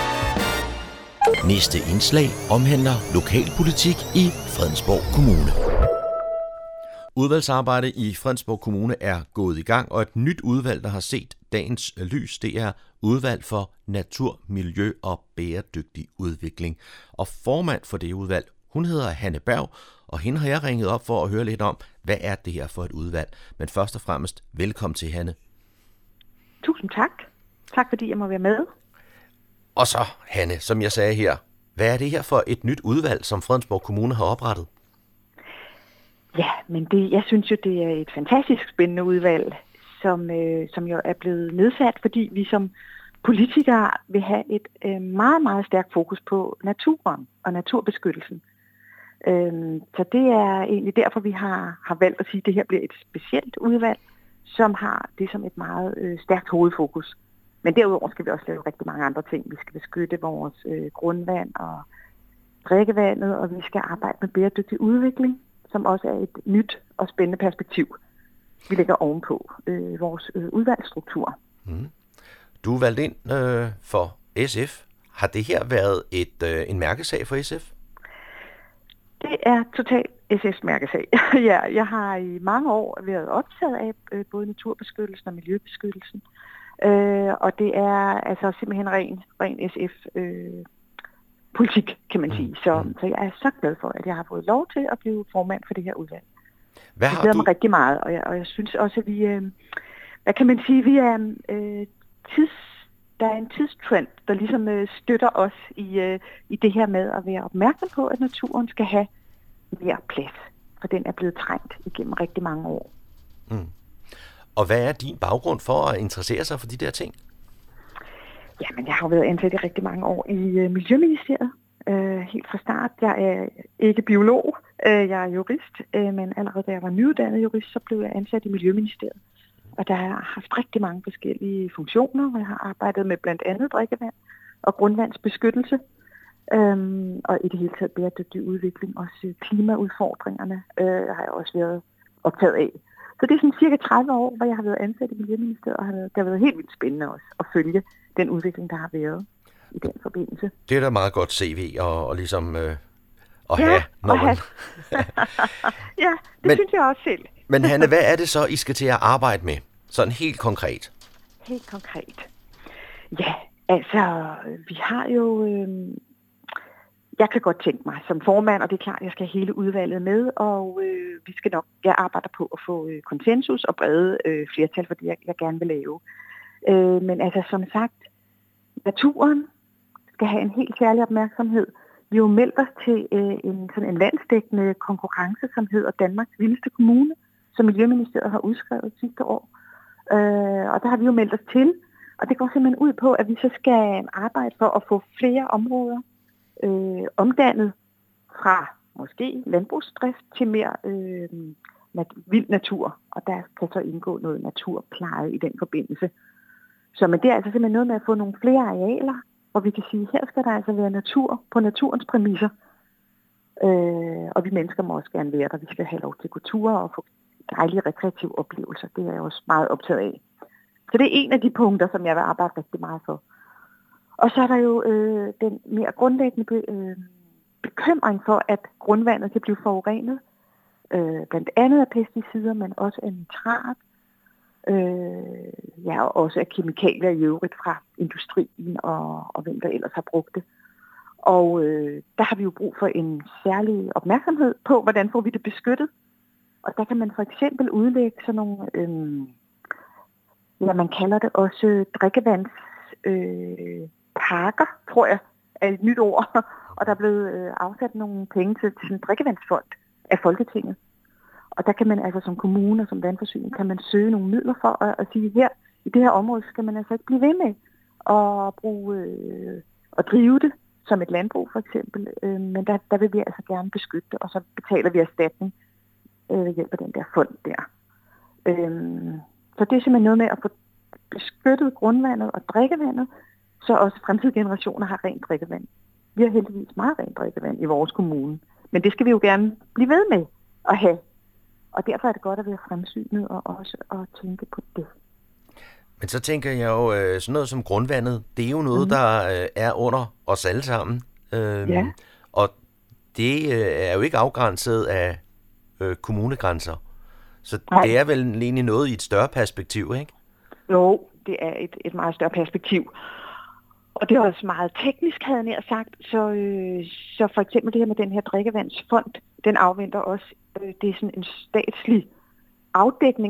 E: Næste indslag omhandler lokalpolitik i Fredensborg Kommune. Udvalgsarbejde i Fredensborg Kommune er gået i gang, og et nyt udvalg, der har set dagens lys, det er udvalg for natur, miljø og bæredygtig udvikling. Og formand for det udvalg, hun hedder Hanne Berg, og hende har jeg ringet op for at høre lidt om, hvad er det her for et udvalg. Men først og fremmest, velkommen til, Hanne.
L: Tusind tak. Tak fordi jeg må være med.
E: Og så, Hanne, som jeg sagde her, hvad er det her for et nyt udvalg, som Fredensborg Kommune har oprettet?
L: Ja, men det, jeg synes jo, det er et fantastisk spændende udvalg, som, øh, som jo er blevet nedsat, fordi vi som politikere vil have et øh, meget, meget stærkt fokus på naturen og naturbeskyttelsen. Øh, så det er egentlig derfor, vi har, har valgt at sige, at det her bliver et specielt udvalg, som har det som et meget øh, stærkt hovedfokus. Men derudover skal vi også lave rigtig mange andre ting. Vi skal beskytte vores øh, grundvand og drikkevandet, og vi skal arbejde med bæredygtig udvikling, som også er et nyt og spændende perspektiv, vi lægger ovenpå øh, vores øh, udvalgsstruktur.
E: Mm. Du er valgt ind øh, for S F. Har det her været et, øh, en mærkesag for S F?
L: Det er totalt S F's mærkesag. Ja, jeg har i mange år været optaget af øh, både naturbeskyttelsen og miljøbeskyttelsen. Øh, og det er altså simpelthen ren, ren S F-politik, øh, kan man sige. Så, mm. så jeg er så glad for, at jeg har fået lov til at blive formand for det her udvalg.
E: Hvad
L: har
E: jeg
L: glæder
E: du...
L: mig rigtig meget, og jeg, og jeg synes også, at vi, øh, hvad kan man sige, vi er øh, tids, der er en tidstrend, der ligesom øh, støtter os i, øh, i det her med at være opmærksom på, at naturen skal have mere plads, for den er blevet trængt igennem rigtig mange år.
E: Mm. Og hvad er din baggrund for at interessere sig for de der ting?
L: Jamen, jeg har været ansat i rigtig mange år i uh, Miljøministeriet. Uh, helt fra start. Jeg er ikke biolog, uh, jeg er jurist, uh, men allerede da jeg var nyuddannet jurist, så blev jeg ansat i Miljøministeriet. Og der har jeg haft rigtig mange forskellige funktioner, og jeg har arbejdet med blandt andet drikkevand og grundvandsbeskyttelse, um, og i det hele taget bæredygtig udvikling, også klimaudfordringerne uh, har jeg også været optaget af. Så det er sådan cirka tredive år, hvor jeg har været ansat i Miljøministeriet, og det har været helt vildt spændende også at følge den udvikling, der har været i den forbindelse.
E: Det er da meget godt C V og, og ligesom øh, at
L: ja,
E: have, når man...
L: ja, det men, synes jeg også selv.
E: Men Hanne, hvad er det så, I skal til at arbejde med? Sådan helt konkret.
L: Helt konkret. Ja, altså, vi har jo... Øh, Jeg kan godt tænke mig som formand, og det er klart, at jeg skal have hele udvalget med, og øh, vi skal nok, jeg arbejder på at få øh, konsensus og brede øh, flertal for det, jeg, jeg gerne vil lave. Øh, men altså som sagt, naturen skal have en helt særlig opmærksomhed. Vi har jo meldt os til øh, en, sådan en landsdækkende konkurrence, som hedder Danmarks Vildeste Kommune, som Miljøministeriet har udskrevet sidste år. Øh, og der har vi jo meldt os til, og det går simpelthen ud på, at vi så skal arbejde for at få flere områder Øh, omdannet fra måske landbrugsdrift til mere øh, nat- vild natur, og der kan så indgå noget naturpleje i den forbindelse. Så men det er altså simpelthen noget med at få nogle flere arealer, hvor vi kan sige, her skal der altså være natur på naturens præmisser, øh, og vi mennesker må også gerne være der. Vi skal have lov til at gå ture og få dejlige rekreative oplevelser. Det er jeg også meget optaget af. Så det er en af de punkter, som jeg vil arbejde rigtig meget for. Og så er der jo øh, den mere grundlæggende be, øh, bekymring for, at grundvandet kan blive forurenet. Øh, blandt andet af pesticider, men også af nitrat. Øh, ja, og også af kemikalier i øvrigt fra industrien og, og hvem der ellers har brugt det. Og øh, der har vi jo brug for en særlig opmærksomhed på, hvordan får vi det beskyttet. Og der kan man for eksempel udlægge sådan nogle, øh, ja, man kalder det også drikkevands... Øh, parker, tror jeg, er et nyt ord, og der er blevet øh, afsat nogle penge til, til en drikkevandsfond af Folketinget. Og der kan man altså som kommune og som vandforsyning, kan man søge nogle midler for at, at sige, her i det her område, skal man altså ikke blive ved med at bruge øh, og drive det som et landbrug for eksempel, øh, men der, der vil vi altså gerne beskytte det, og så betaler vi erstatning øh, ved hjælp af den der fond der. Øh, så det er simpelthen noget med at få beskyttet grundvandet og drikkevandet, så også fremtidige generationer har rent drikkevand. Vi har heldigvis meget rent drikkevand i vores kommune, men det skal vi jo gerne blive ved med at have. Og derfor er det godt at være fremsynet og også at tænke på det.
E: Men så tænker jeg jo, sådan noget som grundvandet, det er jo noget, mm. der er under os alle sammen.
L: Ja.
E: Og det er jo ikke afgrænset af kommunegrænser. Så Nej. Det er vel egentlig noget i et større perspektiv, ikke?
L: Jo, det er et, et meget større perspektiv. Og det er også meget teknisk, havde jeg nær sagt. Så, øh, så for eksempel det her med den her drikkevandsfond, den afventer også, øh, det er sådan en statslig afdækning af,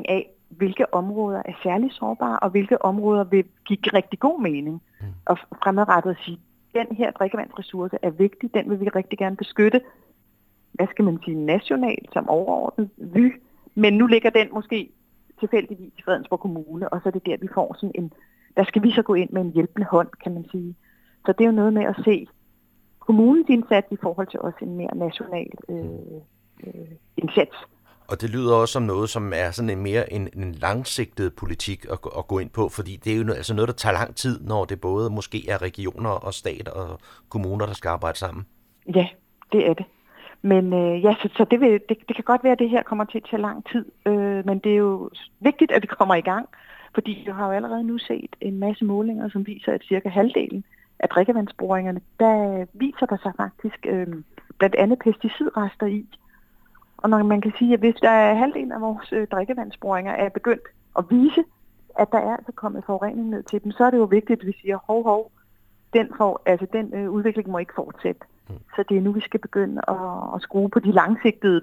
L: hvilke områder er særlig sårbare, og hvilke områder vil give rigtig god mening. Mm. Og fremadrettet at sige, den her drikkevandsressource er vigtig, den vil vi rigtig gerne beskytte, hvad skal man sige, nationalt som overordnet vy, men nu ligger den måske tilfældigvis i Fredensborg Kommune, og så er det der, vi får sådan en, der skal vi så gå ind med en hjælpende hånd, kan man sige. Så det er jo noget med at se kommunens indsats i forhold til også en mere national øh, øh, indsats.
E: Og det lyder også som noget, som er sådan en mere en, en langsigtet politik at, at gå ind på, fordi det er jo noget, altså noget, der tager lang tid, når det både måske er regioner og stat og kommuner, der skal arbejde sammen.
L: Ja, det er det. Men øh, ja, så, så det, vil, det, det kan godt være, at det her kommer til at tage lang tid, øh, men det er jo vigtigt, at vi kommer i gang, fordi vi har jo allerede nu set en masse målinger, som viser, at cirka halvdelen af drikkevandsboringerne, der viser der sig faktisk øh, blandt andet pesticidrester i. Og når man kan sige, at hvis der er halvdelen af vores øh, drikkevandsboringer er begyndt at vise, at der er altså kommet forurening ned til dem, så er det jo vigtigt, at vi siger, hov, hov, den, for, altså, den øh, udvikling må ikke fortsætte. Mm. Så det er nu, vi skal begynde at, at skrue på de langsigtede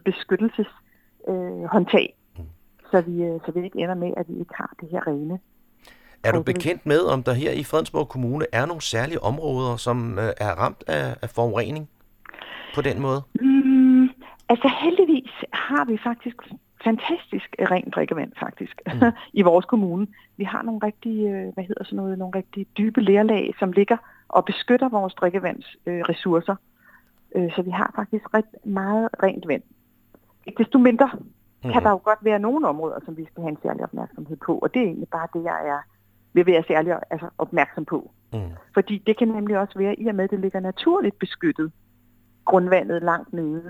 L: beskyttelseshåndtag, øh, mm. så, vi, øh, så vi ikke ender med, at vi ikke har det her rene.
E: Er du bekendt med, om der her i Fredensborg Kommune er nogle særlige områder, som øh, er ramt af, af forurening på den måde?
L: Mm, altså heldigvis har vi faktisk fantastisk rent drikkevand faktisk mm. i vores kommune. Vi har nogle rigtig, hvad hedder sådan noget, nogle rigtig dybe lerlag, som ligger og beskytter vores drikkevandsressourcer. Øh, så vi har faktisk ret meget rent vand. Ikke desto mindre mm. kan der jo godt være nogle områder, som vi skal have en særlig opmærksomhed på, og det er egentlig bare det, jeg er vil være særlig altså, opmærksom på. Mm. Fordi det kan nemlig også være, i og med at det ligger naturligt beskyttet, grundvandet langt nede,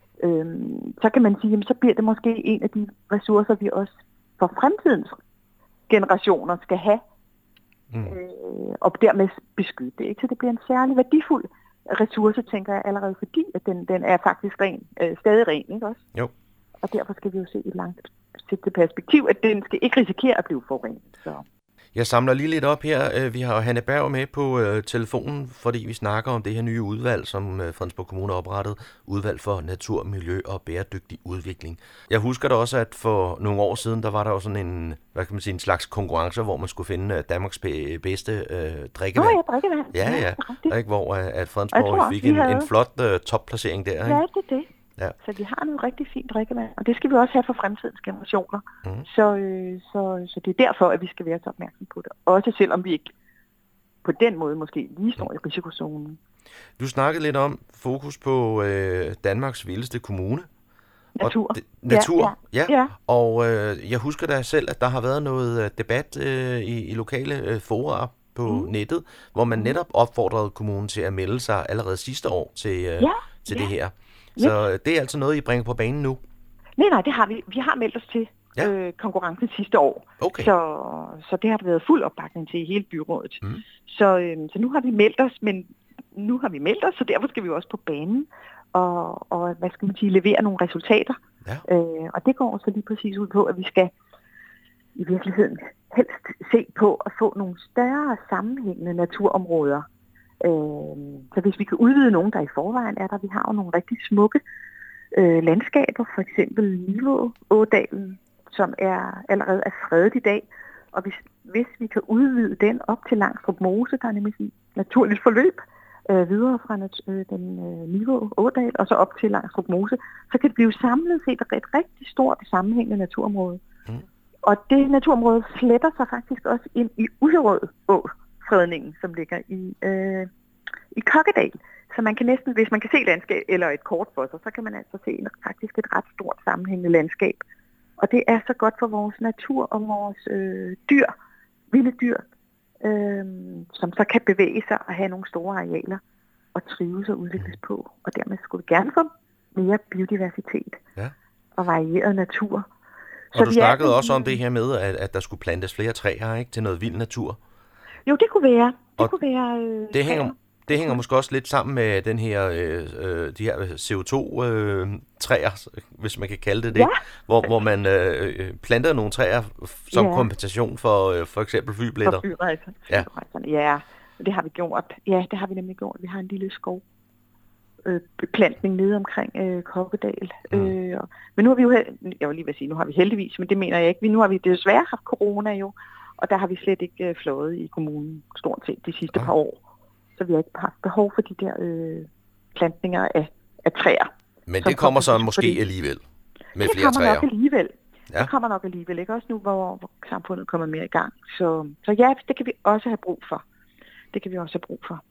L: øhm, så kan man sige, at så bliver det måske en af de ressourcer, vi også for fremtidens generationer skal have, mm. øh, og dermed beskytte. Ikke? Så det bliver en særlig værdifuld ressource, tænker jeg allerede, fordi at den, den er faktisk ren, øh, stadig ren, ikke også?
E: Jo.
L: Og derfor skal vi jo se et langt perspektiv, at den skal ikke risikere at blive forurenet. Så.
E: Jeg samler lige lidt op her. Vi har Hanne Berg med på øh, telefonen, fordi vi snakker om det her nye udvalg, som øh, Fredensborg Kommune har oprettet. Udvalg for natur, miljø og bæredygtig udvikling. Jeg husker da også, at for nogle år siden, der var der jo sådan en, hvad kan man sige, en slags konkurrence, hvor man skulle finde Danmarks bedste øh, drikkevand.
L: Nå ja, drikkevand.
E: Ja, ja. ja. Ikke, hvor at Fredensborg fik en, en flot øh, topplacering der. Ikke?
L: Ja, det er det. Ja. Så vi har noget rigtig fint drikkevand, og det skal vi også have for fremtidens generationer. Mm. Så, øh, så, så det er derfor, at vi skal være så opmærksom på det. Også selvom vi ikke på den måde måske lige står i risikozonen.
E: Du snakkede lidt om fokus på øh, Danmarks vildeste kommune.
L: Natur.
E: Og det, natur,
L: ja. ja. ja.
E: Og øh, jeg husker da selv, at der har været noget debat øh, i, i lokale øh, fora på mm. nettet, hvor man netop opfordrede kommunen til at melde sig allerede sidste år til, øh, ja. til ja. det her. Så yes. det er altså noget, I bringer på banen nu?
L: Nej, nej, det har vi. Vi har meldt os til ja. øh, konkurrencen sidste år.
E: Okay.
L: Så, så det har der været fuld opbakning til i hele byrådet. Mm. Så, øh, så nu har vi meldt os, men nu har vi meldt os, så derfor skal vi også på banen og, og hvad skal man sige, levere nogle resultater. Ja. Øh, og det går så lige præcis ud på, at vi skal i virkeligheden helst se på at få nogle større sammenhængende naturområder. Så hvis vi kan udvide nogen, der i forvejen er der, vi har jo nogle rigtig smukke øh, landskaber, for eksempel Nivåådalen, som er allerede er fredet i dag, og hvis, hvis vi kan udvide den op til Langstrup Mose, der er nemlig et naturligt forløb øh, videre fra øh, den øh, Nivåådal og så op til Langstrup Mose, så kan det blive samlet set et rigtig stort sammenhængende naturområde. Mm. Og det naturområde sletter sig faktisk også ind i Usserød Å. Fredningen, som ligger i, øh, i Kokkedal. Så man kan næsten, hvis man kan se landskab eller et kort for sig, så kan man altså se en, faktisk et ret stort sammenhængende landskab. Og det er så godt for vores natur og vores øh, dyr, vilde dyr, øh, som så kan bevæge sig og have nogle store arealer og trives og udvikles på. Og dermed skulle vi gerne få mere biodiversitet ja. og varieret natur.
E: Og
L: så
E: du snakkede er, også om det her med, at, at der skulle plantes flere træer, ikke, til noget vild natur.
L: Jo, det kunne være. Det
E: og
L: kunne være. Øh,
E: det hænger, det hænger måske også lidt sammen med den her, øh, de her C O to øh, træer, hvis man kan kalde det det, ja. hvor, hvor man øh, planter nogle træer som ja. kompensation for øh, for eksempel flybilletter.
L: For flyrejser. Ja. ja, det har vi gjort. Ja, det har vi nemlig gjort. Vi har en lille skov øh, beplantning nede omkring øh, Kokkedal. Mm. Øh, men nu har vi jo, jeg vil lige vil sige, nu har vi heldigvis, men det mener jeg ikke. Vi, nu har vi desværre haft corona jo, og der har vi slet ikke øh, fløjet i kommunen stort set de sidste ja. par år. Så vi har ikke haft behov for de der øh, plantninger af, af træer.
E: Men det kommer så måske fordi, alligevel med flere træer?
L: Det kommer nok alligevel. Ja. Det kommer nok alligevel, ikke? Også nu, hvor, hvor samfundet kommer mere i gang. Så, så ja, det kan vi også have brug for. Det kan vi også have brug for.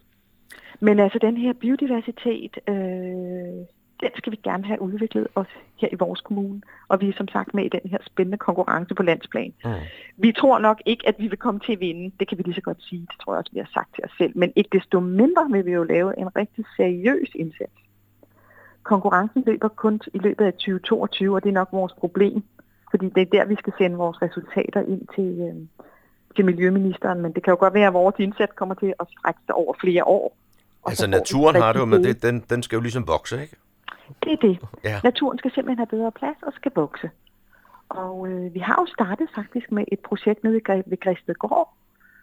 L: Men altså den her biodiversitet, øh, den skal vi gerne have udviklet også her i vores kommune. Og vi er som sagt med i den her spændende konkurrence på landsplan. Mm. Vi tror nok ikke, at vi vil komme til at vinde. Det kan vi lige så godt sige. Det tror jeg også, vi har sagt til os selv. Men ikke desto mindre vil vi jo lave en rigtig seriøs indsats. Konkurrencen løber kun i løbet af tyve toogtyve, og det er nok vores problem. Fordi det er der, vi skal sende vores resultater ind til, øh, til Miljøministeren. Men det kan jo godt være, at vores indsats kommer til at strække sig over flere år.
E: Altså naturen har det jo, men det, den, den skal jo ligesom vokse, ikke?
L: Det er det. Ja. Naturen skal simpelthen have bedre plads og skal vokse. Og øh, vi har jo startet faktisk med et projekt nede ved Græstedgård.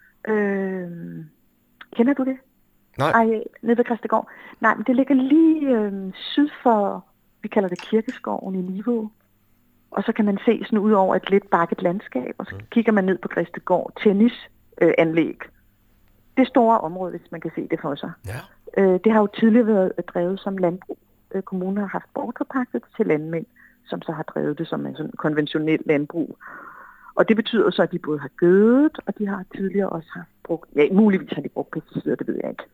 L: Øh, kender du det?
E: Nej.
L: Ej, nede ved Græstedgård. Nej, men det ligger lige øh, syd for, vi kalder det Kirkeskoven i Nivå. Og så kan man se sådan ud over et lidt bakket landskab, og så mm. kigger man ned på Græstedgård tennisanlæg. Øh, det store område, hvis man kan se det for sig.
E: Ja.
L: Øh, det har jo tidligere været drevet som landbrug. Øh, kommunen har haft bortforpagtet til landmænd, som så har drevet det som en sådan konventionel landbrug. Og det betyder så, at de både har gødet, og de har tidligere også haft brugt, ja, muligvis har de brugt pesticider, det ved jeg ikke.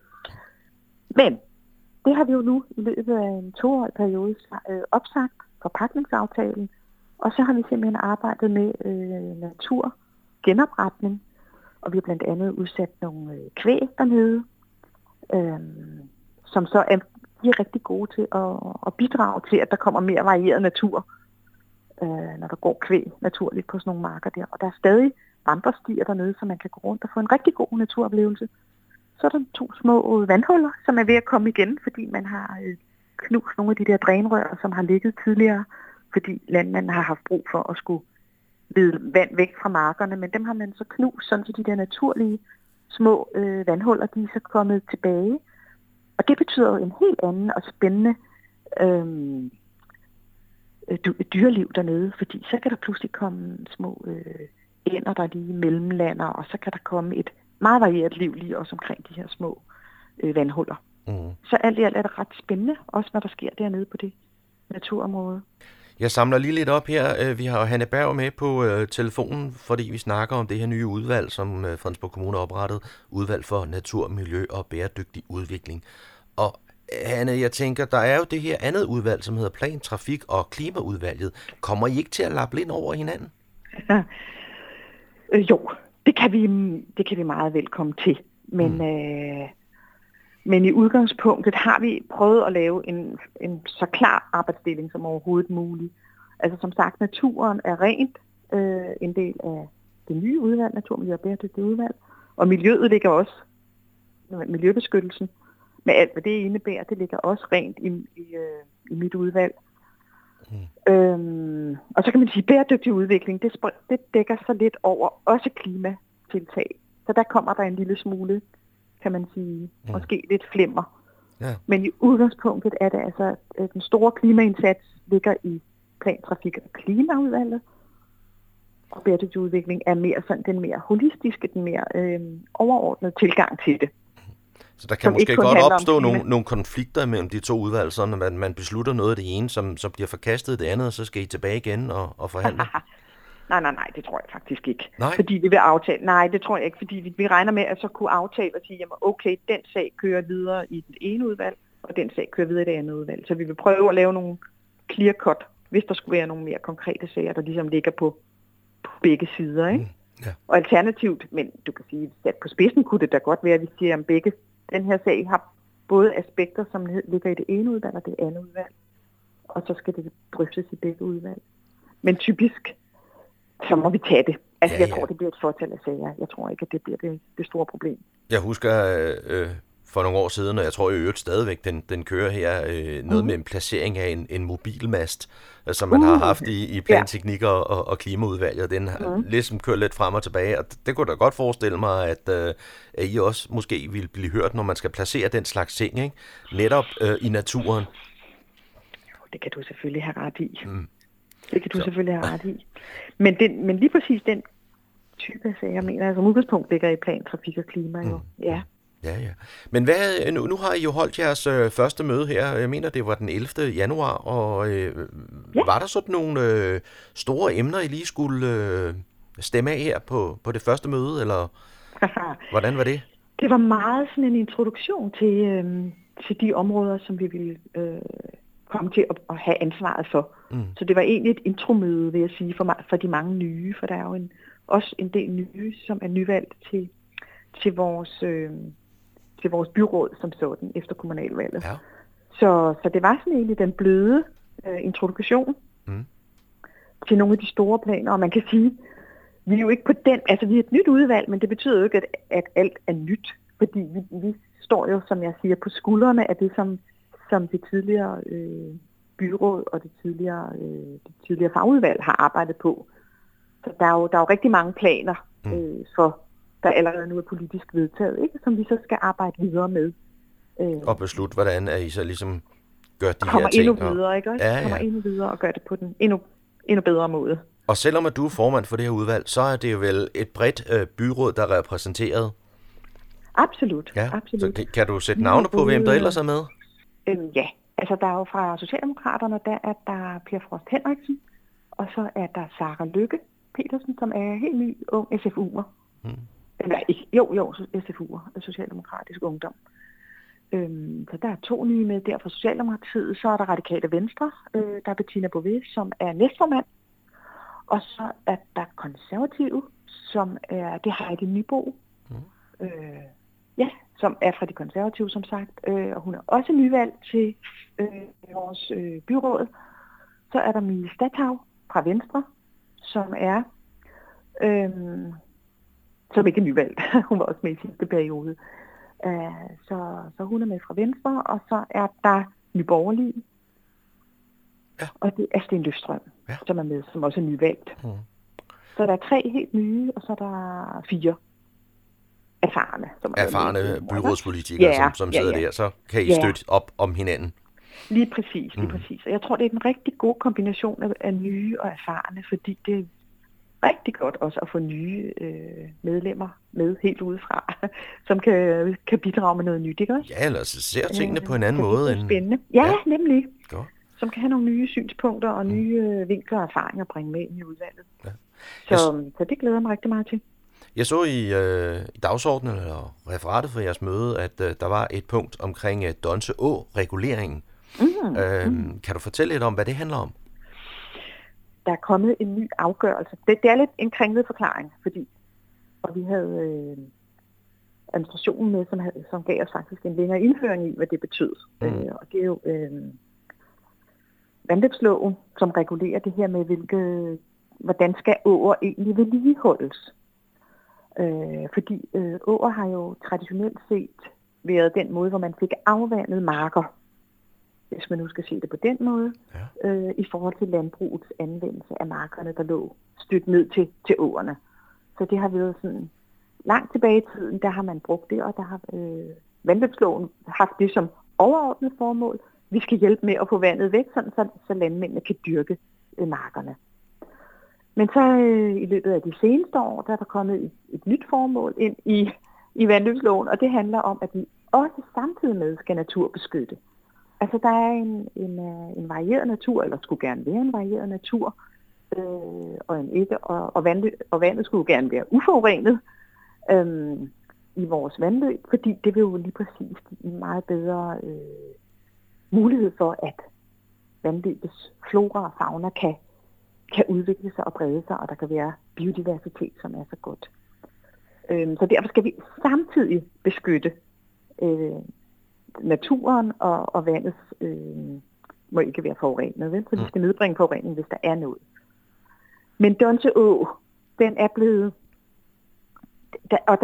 L: Men det har vi jo nu i løbet af en toårig periode øh, opsagt forpagtningsaftalen, og så har vi simpelthen arbejdet med øh, naturgenopretning, og vi har blandt andet udsat nogle øh, kvæg dernede, øh, som så er, de er rigtig gode til at, at bidrage til, at der kommer mere varieret natur, øh, når der går kvæg naturligt på sådan nogle marker der. Og der er stadig vandrestier dernede, så man kan gå rundt og få en rigtig god naturoplevelse. Så er der to små vandhuller, som er ved at komme igen, fordi man har øh, knust nogle af de der drænrør, som har ligget tidligere, fordi landmanden har haft brug for at skulle lede vand væk fra markerne, men dem har man så knust, sådan så de der naturlige små øh, vandhuller, de er så kommet tilbage. Og det betyder jo en helt anden og spændende øh, dyreliv dernede, fordi så kan der pludselig komme små øh, ænder, der lige mellemlander, og så kan der komme et meget varieret liv lige også omkring de her små øh, vandhuller. Mm. Så alt i alt er det ret spændende, også når der sker dernede på det naturområde.
E: Jeg samler lige lidt op her. Vi har Hanne Berg med på øh, telefonen, fordi vi snakker om det her nye udvalg, som øh, Fredensborg Kommune har oprettet. Udvalg for natur, miljø og bæredygtig udvikling. Og Hanne, jeg tænker, der er jo det her andet udvalg, som hedder Plan, Trafik og Klimaudvalget. Kommer I ikke til at lappe ind over hinanden?
L: Ja. Øh, jo, det kan, vi, det kan vi meget velkommen til. Men... Mm. Øh... Men i udgangspunktet har vi prøvet at lave en, en så klar arbejdsdeling som overhovedet muligt. Altså som sagt, naturen er rent øh, en del af det nye udvalg, Natur, Miljø og Bæredygtig Udvalg. Og miljøet ligger også, miljøbeskyttelsen, med alt hvad det indebærer, det ligger også rent i, i, øh, i mit udvalg. Mm. Øhm, og så kan man sige, at bæredygtig udvikling, det, det dækker så lidt over også klimatiltag. Så der kommer der en lille smule, kan man sige, mm. måske lidt flimmer. Ja. Men i udgangspunktet er det altså, at den store klimaindsats ligger i Plan, Trafik og Klimaudvalget. Og bæredygtig udvikling er mere sådan den mere holistiske, den mere øh, overordnede tilgang til det.
E: Så der kan måske godt opstå nogle, nogle konflikter mellem de to udvalg, så når man, man beslutter noget af det ene, som, som bliver forkastet af det andet, og så skal I tilbage igen og, og forhandle?
L: Nej, nej, nej, det tror jeg faktisk ikke.
E: Nej.
L: Fordi vi vil aftale. Nej, det tror jeg ikke, fordi vi, vi regner med at så kunne aftale og sige, jamen okay, den sag kører videre i det ene udvalg, og den sag kører videre i det andet udvalg. Så vi vil prøve at lave nogle clear cut, hvis der skulle være nogle mere konkrete sager, der ligesom ligger på, på begge sider, ikke?
E: Mm, ja.
L: Og alternativt, men du kan sige, at på spidsen kunne det da godt være, at vi siger, at begge, den her sag har både aspekter, som ligger i det ene udvalg og det andet udvalg, og så skal det drøftes i begge udvalg. Men typisk så må vi tage det. Altså, ja, ja. Jeg tror, det bliver et fortal af sager. Jeg tror ikke, at det bliver det, det store problem.
E: Jeg husker, øh, for nogle år siden, og jeg tror i øvrigt stadigvæk, den, den kører her, øh, noget mm. med en placering af en, en mobilmast, øh, som man uh. har haft i, i planteknik og, og, og klimaudvalget. Den har mm. ligesom kørt lidt frem og tilbage, og det kunne da godt forestille mig, at, øh, at I også måske vil blive hørt, når man skal placere den slags ting, ikke? Netop øh, i naturen.
L: Det kan du selvfølgelig have ret i.
E: Mm.
L: Det kan du
E: Så.
L: selvfølgelig have ret i. Men, den, men lige præcis den type sager, mener jeg, som udgangspunkt ligger i plan, trafik og klima jo. Mm. Ja.
E: Ja, ja. Men hvad, nu, nu har I jo holdt jeres øh, første møde her. Jeg mener, det var den ellevte januar, og øh, ja. var der sådan nogle øh, store emner, I lige skulle øh, stemme af her på, på det første møde, eller hvordan var det?
L: Det var meget sådan en introduktion til, øh, til de områder, som vi ville øh, komme til at, at have ansvaret for. Mm. Så det var egentlig et intromøde, vil jeg sige, for, for de mange nye, for der er jo en, også en del nye, som er nyvalgt til, til vores... Øh, til vores byråd som sådan efter kommunalvalget. Ja. Så, så det var sådan egentlig den bløde øh, introduktion mm. til nogle af de store planer, og man kan sige, vi er jo ikke på den, altså vi er et nyt udvalg, men det betyder jo ikke, at, at alt er nyt, fordi vi, vi står jo, som jeg siger, på skuldrene af det, som, som det tidligere øh, byråd og det tidligere, øh, det tidligere fagudvalg har arbejdet på. Så der er jo, der er jo rigtig mange planer mm. øh, for der allerede nu er politisk vedtaget, ikke? Som vi så skal arbejde videre med. Øh,
E: og beslutte, hvordan er I så ligesom gør de
L: kommer
E: her ting.
L: Endnu videre, ikke?
E: Ja, ja.
L: Kommer endnu videre og gør det på den endnu, endnu bedre måde.
E: Og selvom at du er formand for det her udvalg, så er det jo vel et bredt øh, byråd, der er repræsenteret?
L: Absolut.
E: Ja.
L: Absolut.
E: Så kan, kan du sætte navne på, hvem der ellers er med?
L: Øhm, ja, altså der er jo fra Socialdemokraterne, der er der Per Frost Henriksen, og så er der Sara Lykke Petersen, som er helt ny ung S F U'er. Hmm. Eller ikke, jo, jo, S F U'er, Socialdemokratisk Ungdom. Øhm, så der er to nye med der fra Socialdemokratiet. Så er der Radikale Venstre, øh, der er Bettina Bové, som er næstformand. Og så er der Konservative, som er, det har Heidi Nybo, mm. øh, ja, som er fra de Konservative, som sagt. Øh, og hun er også nyvalgt til øh, vores øh, byråd. Så er der Mie Stathav fra Venstre, som er... Øh, som ikke er nyvalgt. Hun var også med i sidste periode. Uh, så, så hun er med fra Venstre, og så er der Nye Borgerlige, ja. Og det er Sten Løfstrøm, ja. Som er med, som også er nyvalgt. Mm. Så der er tre helt nye, og så er der fire erfarne. Som
E: erfarne byrådspolitikere, ja, som, som sidder ja, ja. der, så kan I ja. støtte op om hinanden.
L: Lige præcis, lige mm. præcis. Og jeg tror, det er en rigtig god kombination af, af nye og erfarne, fordi det er rigtig godt også at få nye øh, medlemmer med helt udefra, som kan, kan bidrage med noget nyt, ikke også?
E: Ja, eller så ser tingene øh, på en anden måde.
L: Det er spændende. Ja, ja. nemlig. Godt. Som kan have nogle nye synspunkter og nye øh, vinkler og erfaringer at bringe med ind i udvalget. Ja. Så, jeg, så det glæder mig rigtig meget til.
E: Jeg så i, øh, i dagsordenen eller referatet for jeres møde, at øh, der var et punkt omkring øh, Donse Å-reguleringen. Mm, øh, mm. Kan du fortælle lidt om, hvad det handler om?
L: Der er kommet en ny afgørelse. Det, det er lidt en kringlet forklaring, fordi og vi havde øh, administrationen med, som, havde, som gav os faktisk en længere indføring i, hvad det betød. Mm. Øh, og det er jo øh, vandløbsloven, som regulerer det her med, hvilke, hvordan skal åer egentlig vedligeholdes. Øh, fordi øh, åer har jo traditionelt set været den måde, hvor man fik afvandet marker, hvis man nu skal se det på den måde, ja. øh, i forhold til landbrugets anvendelse af markerne, der lå stødt ned til, til åerne. Så det har været sådan, langt tilbage i tiden, der har man brugt det, og der har øh, vandløbsloven haft det som overordnet formål. Vi skal hjælpe med at få vandet væk, sådan, så, så landmændene kan dyrke øh, markerne. Men så øh, i løbet af de seneste år, der er der kommet et, et nyt formål ind i, i vandløbsloven, og det handler om, at vi også samtidig med skal naturbeskytte. Altså der er en, en, en varieret natur, eller skulle gerne være en varieret natur, øh, og, en ikke, og, og, vandløb, og vandet skulle gerne være uforurenet øh, i vores vandløb, fordi det vil jo lige præcis en meget bedre øh, mulighed for, at vandløbets flora og fauna kan, kan udvikle sig og brede sig, og der kan være biodiversitet, som er så godt. Øh, så derfor skal vi samtidig beskytte øh, naturen og, og vandets øh, må ikke være forurenet, vel? Så vi skal nedbringe forurening, hvis der er noget. Men Donse Å, den er blevet, der, og der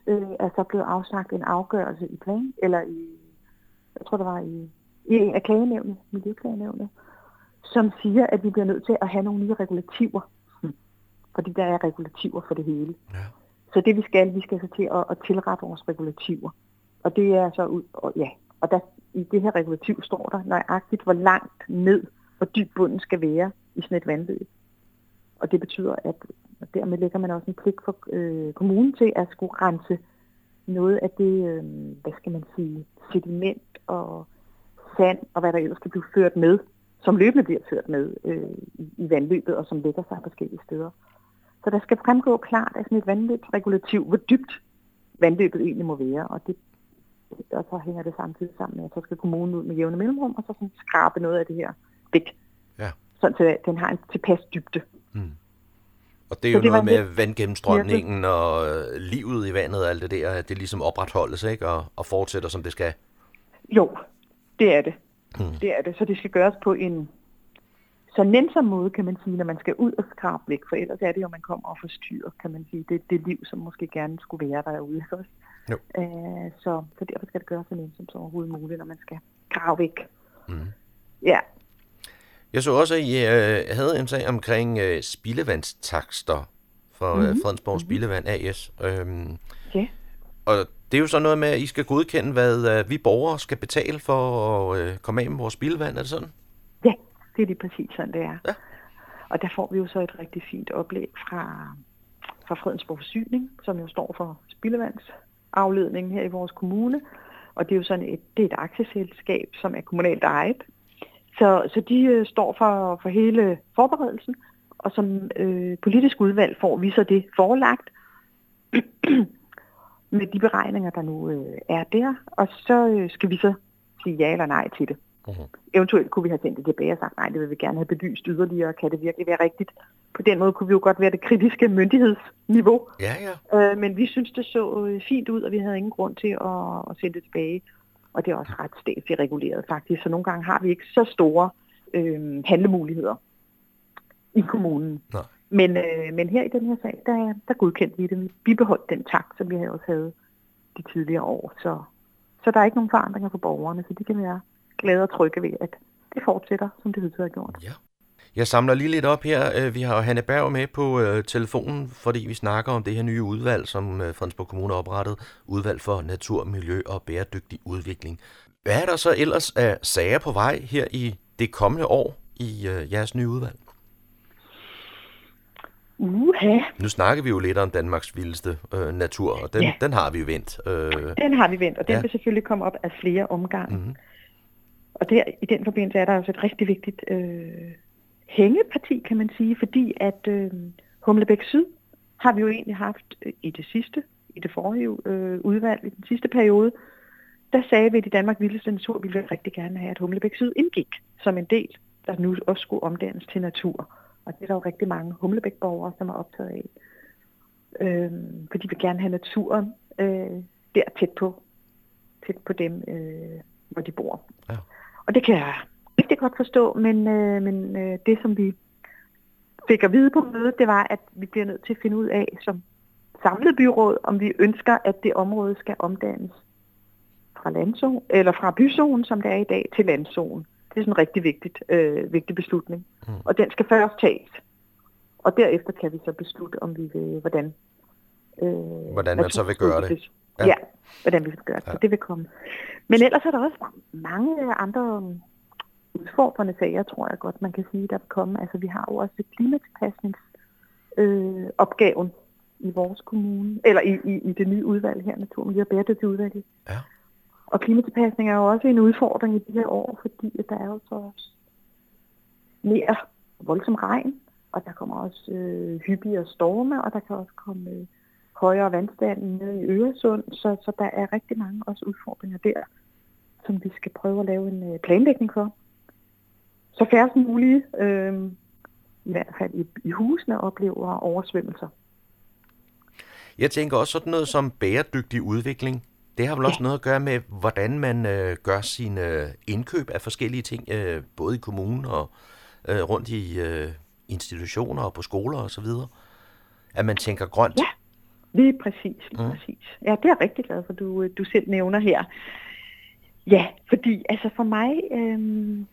L: øh, er så blevet afsagt en afgørelse i plan, eller i, jeg tror det var i, i en af klagenævnene, Miljøklagenævnet, som siger, at vi bliver nødt til at have nogle nye regulativer. Fordi der er regulativer for det hele. Ja. Så det vi skal, vi skal så til at, at tilrette vores regulativer. Og det er så ud, og ja, og der, i det her regulativ står der nøjagtigt, hvor langt ned, hvor dyb bunden skal være i sådan et vandløb. Og det betyder, at dermed lægger man også en pligt for øh, kommunen til at skulle rense noget af det, øh, hvad skal man sige, sediment og sand, og hvad der ellers skal blive ført med, som løbende bliver ført med øh, i, i vandløbet, og som lægger sig forskellige steder. Så der skal fremgå klart af sådan et vandløbsregulativ, hvor dybt vandløbet egentlig må være, og, det, og så hænger det samtidig sammen med, at så skal kommunen ud med jævne mellemrum, og så sådan skrabe noget af det her væk. Ja. Sådan så den har en tilpas dybde.
E: Mm. Og det er jo det noget med lidt vandgennemstrømningen og livet i vandet og alt det der, at det ligesom opretholdes, ikke? Og, og fortsætter, som det skal.
L: Jo, det er det. Mm. Det er det. Så det skal gøres på en så nænsom måde, kan man sige, når man skal ud og skrabe væk, for ellers er det jo, man kommer og forstyrrer, kan man sige, det, det liv, som måske gerne skulle være derude først. Jo. Æh, så, så derfor skal det gøres så nænsomt som overhovedet muligt, når man skal grave væk. Mm. Ja.
E: Jeg så også, at I øh, havde en sag omkring øh, spildevandstakster for mm-hmm. øh, Fredensborg Spildevand A S. Øhm,
L: ja.
E: Og det er jo så noget med, at I skal godkende, hvad øh, vi borgere skal betale for at øh, komme af med vores spildevand. Er det sådan?
L: Ja, det er lige præcis sådan, det er. Ja. Og der får vi jo så et rigtig fint oplæg fra, fra Fredensborg Forsyning, som jo står for spildevandsafledningen her i vores kommune. Og det er jo sådan et, det er et aktieselskab, som er kommunalt ejet. Så, så de øh, står for, for hele forberedelsen, og som øh, politisk udvalg får vi så det forelagt med de beregninger, der nu øh, er der, og så øh, skal vi så sige ja eller nej til det. Uh-huh. Eventuelt kunne vi have sendt det tilbage og sagt, nej, det vil vi gerne have belyst yderligere, kan det virkelig være rigtigt? På den måde kunne vi jo godt være det kritiske myndighedsniveau,
E: ja, ja.
L: Øh, men vi synes, det så øh, fint ud, og vi havde ingen grund til at, at sende det tilbage. Og det er også ret statsligt reguleret faktisk, så nogle gange har vi ikke så store øh, handlemuligheder i kommunen. Nej. Men, øh, men her i den her sag, der, der godkendte vi det. Vi bibeholdt den takt, som vi også havde de tidligere år. Så, så der er ikke nogen forandringer for borgerne, så de kan være glade og trygge ved, at det fortsætter, som det hidtil har gjort.
E: Ja. Jeg samler lige lidt op her. Vi har Hanne Berg med på øh, telefonen, fordi vi snakker om det her nye udvalg, som øh, Fredensborg Kommune har oprettet. Udvalg for natur, miljø og bæredygtig udvikling. Hvad er der så ellers af sager på vej her i det kommende år i øh, jeres nye udvalg?
L: Uha.
E: Nu snakker vi jo lidt om Danmarks vildeste øh, natur, og den, ja. den har vi jo vendt. Øh,
L: den har vi vendt, og den ja. vil selvfølgelig komme op af flere omgange. Mm-hmm. Og der, i den forbindelse er der også et rigtig vigtigt øh, hængeparti, kan man sige, fordi at øh, Humlebæk Syd har vi jo egentlig haft øh, i det sidste, i det forrige øh, udvalg, i den sidste periode, der sagde vi, at i Danmarks vildeste natur ville vi rigtig gerne have, at Humlebæk Syd indgik som en del, der nu også skulle omdannes til natur. Og det er der jo rigtig mange Humlebæk-borgere, som er optaget af. Øh, fordi vi vil gerne have naturen øh, der tæt på, tæt på dem, øh, hvor de bor. Ja. Og det kan jeg rigtig godt forstå, men, øh, men øh, det, som vi fik at vide på mødet, det var, at vi bliver nødt til at finde ud af som samlet byråd, om vi ønsker, at det område skal omdannes fra landzone, eller fra byzone, som det er i dag, til landzone. Det er sådan en rigtig vigtigt, øh, vigtig beslutning. Mm. Og den skal først tages. Og derefter kan vi så beslutte, om vi vil, hvordan...
E: Øh, hvordan man så vil gøre det.
L: Ja, ja, hvordan vi vil gøre det. Ja. Så det vil komme. Men ellers er der også mange andre udfordrende sager, tror jeg godt, man kan sige, der vil komme. Altså, vi har jo også klimatilpasningsopgaven øh, i vores kommune, eller i, i, i det nye udvalg her, Natur, Miljø og Bæredygtig Udvalg.
E: Ja.
L: Og klimatilpasning er jo også en udfordring i de her år, fordi der er jo så mere voldsom regn, og der kommer også øh, hyppigere storme, og der kan også komme øh, højere vandstand nede i Øresund, så, så der er rigtig mange også udfordringer der, som vi skal prøve at lave en øh, planlægning for. Så færrest mulige, øh, i hvert fald i, i husene, oplever oversvømmelser.
E: Jeg tænker også sådan noget som bæredygtig udvikling. Det har vel også ja. noget at gøre med, hvordan man øh, gør sine øh, indkøb af forskellige ting, øh, både i kommunen og øh, rundt i øh, institutioner og på skoler og så videre. At man tænker grønt.
L: Ja, Lige præcis, lige mm. præcis. Ja, det er jeg rigtig glad for, du, du selv nævner her. Ja, fordi altså for mig øhm,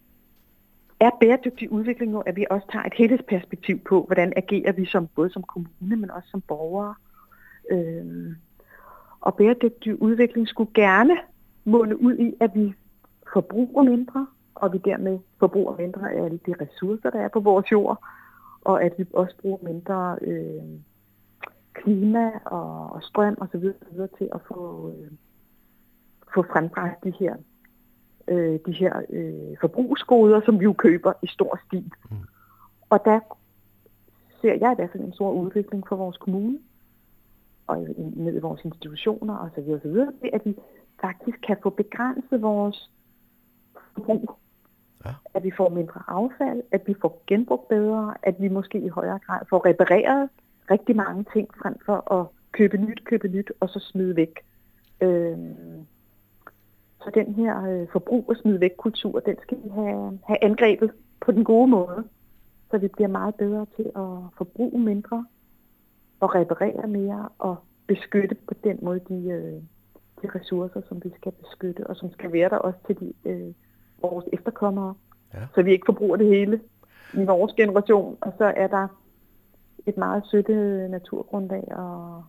L: er bæredygtig udvikling jo, at vi også tager et helhedsperspektiv på, hvordan agerer vi som både som kommune, men også som borgere. Øhm, og bæredygtig udvikling skulle gerne munde ud i, at vi forbruger mindre, og vi dermed forbruger mindre af alle de ressourcer, der er på vores jord, og at vi også bruger mindre øh, klima og, og strøm og så videre, så videre til at få, øh, få frembragt de her, øh, de her øh, forbrugsgoder, som vi jo køber i stor stil. Mm. Og der ser jeg i hvert fald en stor udvikling for vores kommune, og ned i vores institutioner og så videre, så videre, til at vi faktisk kan få begrænset vores forbrug. Ja. At vi får mindre affald, at vi får genbrugt bedre, at vi måske i højere grad får repareret rigtig mange ting, frem for at købe nyt, købe nyt og så smide væk. Øhm, så den her øh, forbrug og smide væk kultur, den skal vi have, have angrebet på den gode måde, så vi bliver meget bedre til at forbruge mindre og reparere mere og beskytte på den måde de, øh, de ressourcer, som vi skal beskytte, og som skal være der også til de, øh, vores efterkommere, ja. Så vi ikke forbruger det hele i vores generation, og så er der et meget sødt naturgrundlag og,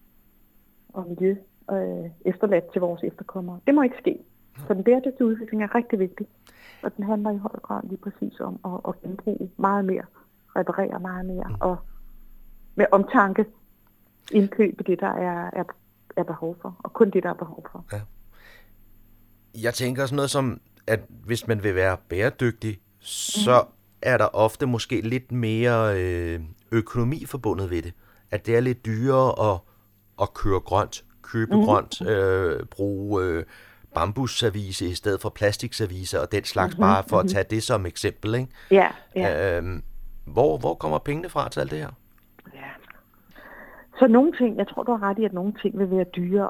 L: og miljø øh, efterladt til vores efterkommere. Det må ikke ske. Så den bæredygtige udvikling er rigtig vigtig, og den handler i høj grad lige præcis om at, at genbruge meget mere, reparere meget mere, mm. og med omtanke indkøbe det, der er, er, er behov for, og kun det, der er behov for. Ja.
E: Jeg tænker sådan noget som, at hvis man vil være bæredygtig, så mm. er der ofte måske lidt mere øh, økonomi forbundet ved det. At det er lidt dyrere at, at køre grønt, købe mm. grønt, øh, bruge øh, bambusservice i stedet for plastikservice og den slags, mm-hmm. bare for at tage det som eksempel. Ikke?
L: Ja, ja.
E: Øh, hvor, hvor kommer pengene fra til alt det her?
L: Ja. Så nogle ting, jeg tror du har ret i, at nogle ting vil være dyre.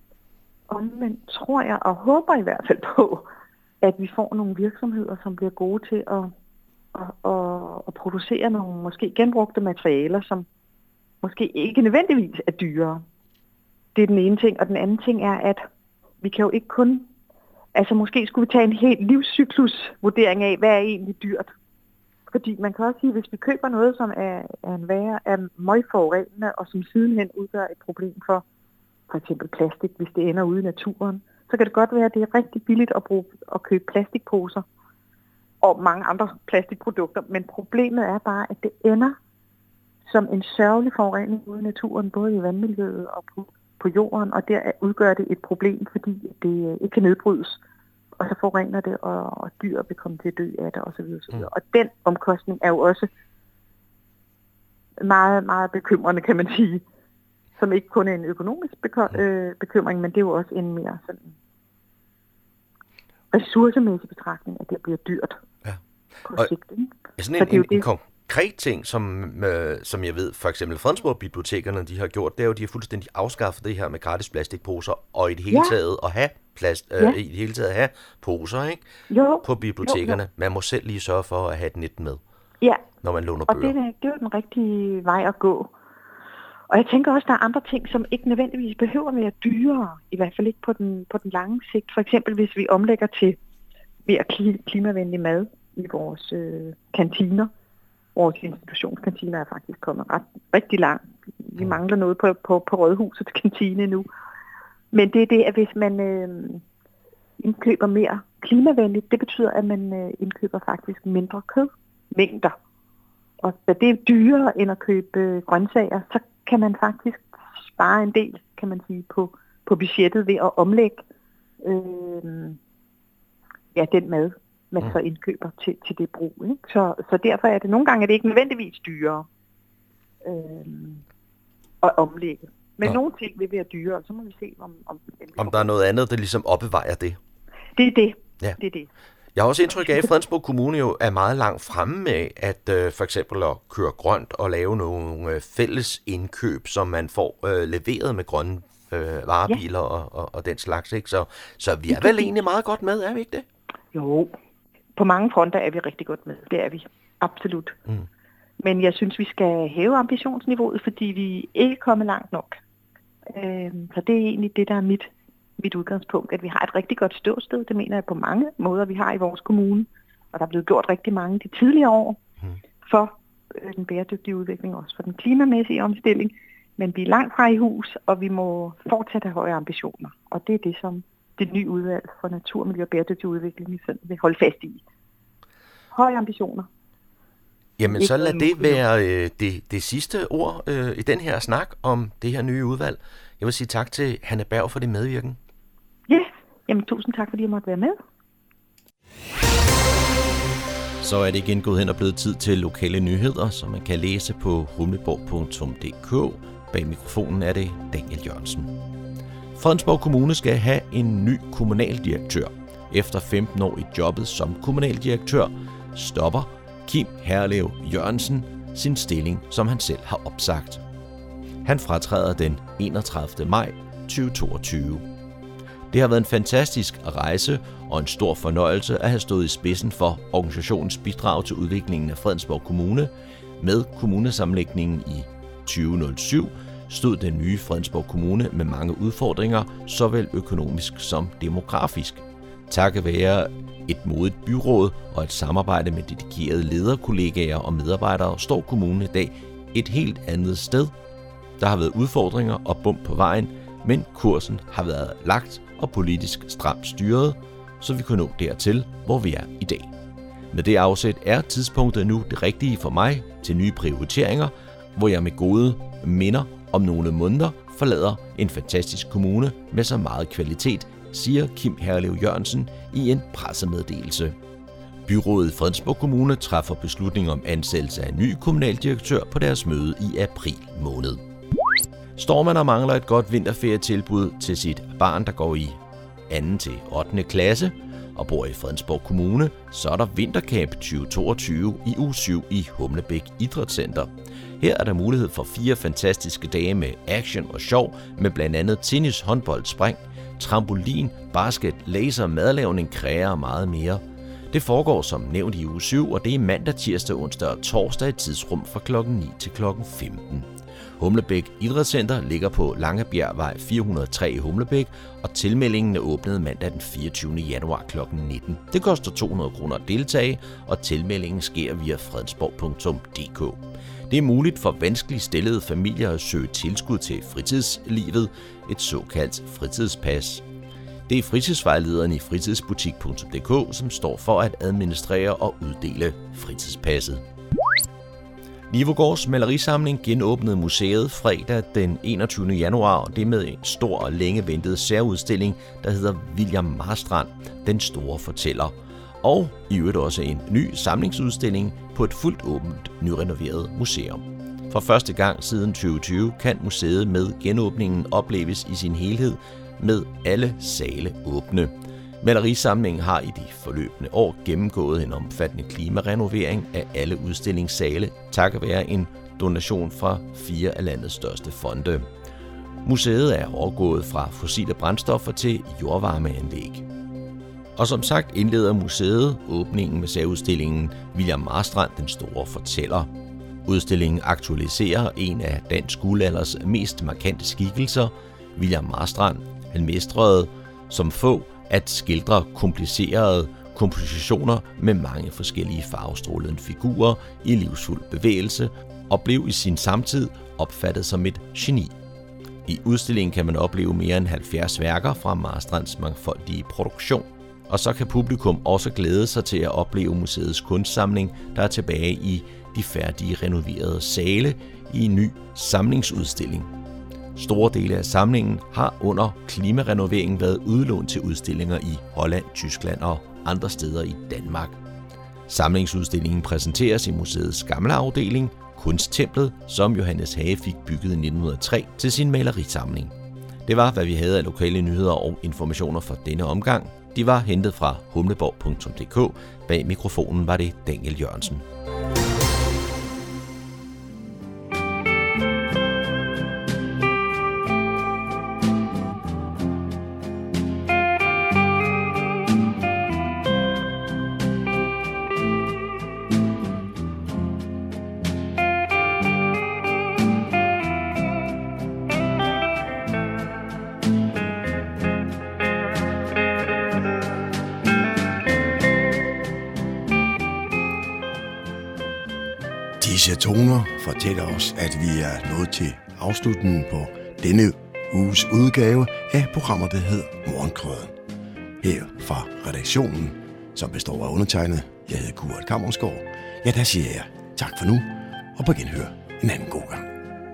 L: Men tror jeg, og håber i hvert fald på, at vi får nogle virksomheder, som bliver gode til at, at, at, at producere nogle måske genbrugte materialer, som måske ikke nødvendigvis er dyrere. Det er den ene ting. Og den anden ting er, at vi kan jo ikke kun... Altså måske skulle vi tage en helt livscyklusvurdering af, hvad er egentlig dyrt. Fordi man kan også sige, at hvis vi køber noget, som er, er en værre, er møgforurenende, og som sidenhen udgør et problem for for eksempel plastik, hvis det ender ude i naturen, så kan det godt være, at det er rigtig billigt at, bruge, at købe plastikposer og mange andre plastikprodukter, men problemet er bare, at det ender som en sørgelig forurening ude i naturen, både i vandmiljøet og på, på jorden, og der udgør det et problem, fordi det ikke kan nedbrydes, og så forurener det, og, og dyr vil komme til at dø af det, osv. osv. Og den omkostning er jo også meget, meget bekymrende, kan man sige, som ikke kun er en økonomisk bekym- øh, bekymring, men det er jo også en mere sådan ressourcemæssig betragtning, at det bliver dyrt
E: ja.
L: På
E: og
L: sigt. Ikke?
E: Sådan en, en, en konkret ting, som, øh, som jeg ved, for eksempel Fredensborg Bibliotekerne, de har gjort, det er jo, de har fuldstændig afskaffet det her med gratis plastikposer, og i det hele ja. taget at have plast, øh, ja. i det hele taget at have poser, ikke?
L: Jo.
E: På bibliotekerne.
L: Jo, jo.
E: Man må selv lige sørge for at have et net med,
L: ja.
E: når man låner
L: og
E: bøger.
L: Og det, det er jo den rigtige vej at gå. Og jeg tænker også, at der er andre ting, som ikke nødvendigvis behøver at være dyrere, i hvert fald ikke på den, på den lange sigt. For eksempel hvis vi omlægger til mere klimavenlig mad i vores øh, kantiner. Vores institutionskantiner er faktisk kommet ret, rigtig langt. Vi mm. mangler noget på, på, på Rådhusets kantine nu. Men det er det, at hvis man øh, indkøber mere klimavenligt, det betyder, at man øh, indkøber faktisk mindre kødmængder. Og da det er dyrere end at købe øh, grøntsager, så kan man faktisk spare en del, kan man sige, på, på budgettet ved at omlægge øh, ja, den mad, man mm. så indkøber til, til det brug. Ikke? Så, så derfor er det nogle gange er det ikke nødvendigvis dyrere øh, at omlægge. Men ja. Nogle ting vil være dyrere, så må vi se, om... Om,
E: om der er noget andet, der ligesom opbevarer det.
L: Det er det.
E: Ja.
L: Det er det.
E: Jeg har også indtryk af, at Fredensborg Kommune jo er meget langt fremme med, at øh, for eksempel at køre grønt og lave nogle øh, fælles indkøb, som man får øh, leveret med grønne øh, varebiler ja. og, og, og den slags. Ikke? Så, så vi er vel egentlig meget godt med, er vi ikke det?
L: Jo, på mange fronter er vi rigtig godt med. Det er vi. Absolut. Mm. Men jeg synes, vi skal hæve ambitionsniveauet, fordi vi ikke er kommet langt nok. Øh, så det er egentlig det, der er mit, mit udgangspunkt, at vi har et rigtig godt ståsted. Det mener jeg på mange måder, vi har i vores kommune. Og der er blevet gjort rigtig mange de tidligere år for øh, den bæredygtige udvikling, også for den klimamæssige omstilling. Men vi er langt fra i hus, og vi må fortsat have høje ambitioner. Og det er det, som det nye udvalg for natur, miljø og bæredygtig udvikling vil holde fast i. Høje ambitioner.
E: Jamen så lad det være øh, det, det sidste ord øh, i den her snak om det her nye udvalg. Jeg vil sige tak til Hanne Berg for det medvirken.
L: Ja, jamen tusind tak, fordi jeg måtte være med.
E: Så er det igen gået hen og blevet tid til lokale nyheder, som man kan læse på humleborg punktum d k. Bag mikrofonen er det Daniel Jørgensen. Fredensborg Kommune skal have en ny kommunaldirektør. Efter femten år i jobbet som kommunaldirektør stopper Kim Herlev Jørgensen sin stilling, som han selv har opsagt. Han fratræder den enogtredivte maj to tusind og toogtyve. Det har været en fantastisk rejse og en stor fornøjelse at have stået i spidsen for organisationens bidrag til udviklingen af Fredensborg Kommune. Med kommunesammenlægningen i tyve nul syv stod den nye Fredensborg Kommune med mange udfordringer, såvel økonomisk som demografisk. Takket være et modigt byråd og et samarbejde med dedikerede lederkollegaer og medarbejdere står kommunen i dag et helt andet sted. Der har været udfordringer og bump på vejen, men kursen har været lagt og politisk stramt styret, så vi kunne nå dertil, hvor vi er i dag. Med det afsæt er tidspunktet nu det rigtige for mig til nye prioriteringer, hvor jeg med gode minder om nogle måneder forlader en fantastisk kommune med så meget kvalitet, siger Kim Herlev Jørgensen i en pressemeddelelse. Byrådet i Fredensborg Kommune træffer beslutning om ansættelse af en ny kommunaldirektør på deres møde i april måned. Står man og mangler et godt vinterferietilbud til sit barn, der går i anden til ottende klasse og bor i Fredensborg Kommune, så er der Vintercamp tyve toogtyve i uge syv i Humlebæk Idrætscenter. Her er der mulighed for fire fantastiske dage med action og sjov med blandt andet tennis, håndbold, spring, trampolin, basket, laser, madlavning, kræger og meget mere. Det foregår som nævnt i uge syv, og det er mandag, tirsdag, onsdag og torsdag i tidsrum fra klokken ni til klokken femten. Humlebæk Idrætscenter ligger på Langebjergvej fire hundrede og tre i Humlebæk, og tilmeldingen er åbnet mandag den fireogtyvende januar klokken nitten. Det koster to hundrede kroner at deltage, og tilmeldingen sker via fredensborg punktum d k. Det er muligt for vanskeligt stillede familier at søge tilskud til fritidslivet, et såkaldt fritidspas. Det er fritidsvejlederen i fritidsbutik punktum d k, som står for at administrere og uddele fritidspasset. Nivogårds malerisamling genåbnede museet fredag den enogtyvende januar, og det med en stor og længe ventet særudstilling, der hedder William Marstrand, den store fortæller. Og i øvrigt også en ny samlingsudstilling på et fuldt åbent, nyrenoveret museum. For første gang siden tyve tyve kan museet med genåbningen opleves i sin helhed med alle sale åbne. Malerisamlingen har i de forløbende år gennemgået en omfattende klimarenovering af alle udstillingssale, takket være en donation fra fire af landets største fonde. Museet er overgået fra fossile brændstoffer til jordvarmeanlæg. Og som sagt indleder museet åbningen med særudstillingen William Marstrand, den store fortæller. Udstillingen aktualiserer en af dansk guldalders mest markante skikkelser, William Marstrand. Han mestrede som få at skildre komplicerede kompositioner med mange forskellige farvestrålende figurer i livsfuld bevægelse og blev i sin samtid opfattet som et geni. I udstillingen kan man opleve mere end halvfjerds værker fra Marstrands mangfoldige produktion. Og så kan publikum også glæde sig til at opleve museets kunstsamling, der er tilbage i de færdige renoverede sale i en ny samlingsudstilling. Store dele af samlingen har under klimarenoveringen været udlånt til udstillinger i Holland, Tyskland og andre steder i Danmark. Samlingsudstillingen præsenteres i museets gamle afdeling, Kunsttemplet, som Johannes Hage fik bygget i nitten hundrede og tre til sin malerisamling. Det var, hvad vi havde af lokale nyheder og informationer for denne omgang. De var hentet fra humleborg punktum d k. Bag mikrofonen var det Daniel Jørgensen.
D: Disse toner fortæller os, at vi er nået til afslutningen på denne uges udgave af programmet, der hedder Morgenkrøden. Her fra redaktionen, som består af undertegnet, jeg hedder Kurt Kammersgaard. Ja, der siger jeg tak for nu, og på genhør en anden god gang.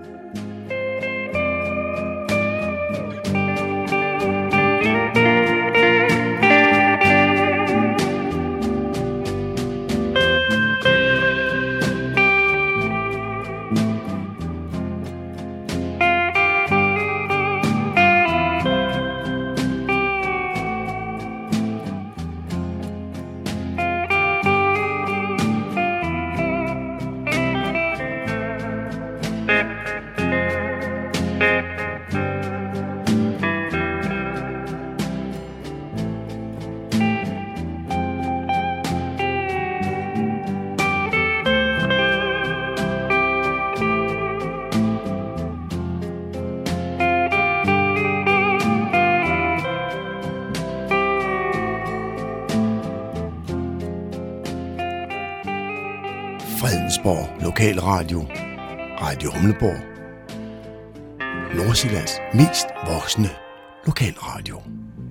D: Fredensborg Lokalradio, Radio Humleborg, Nordsjællands mest voksne lokalradio.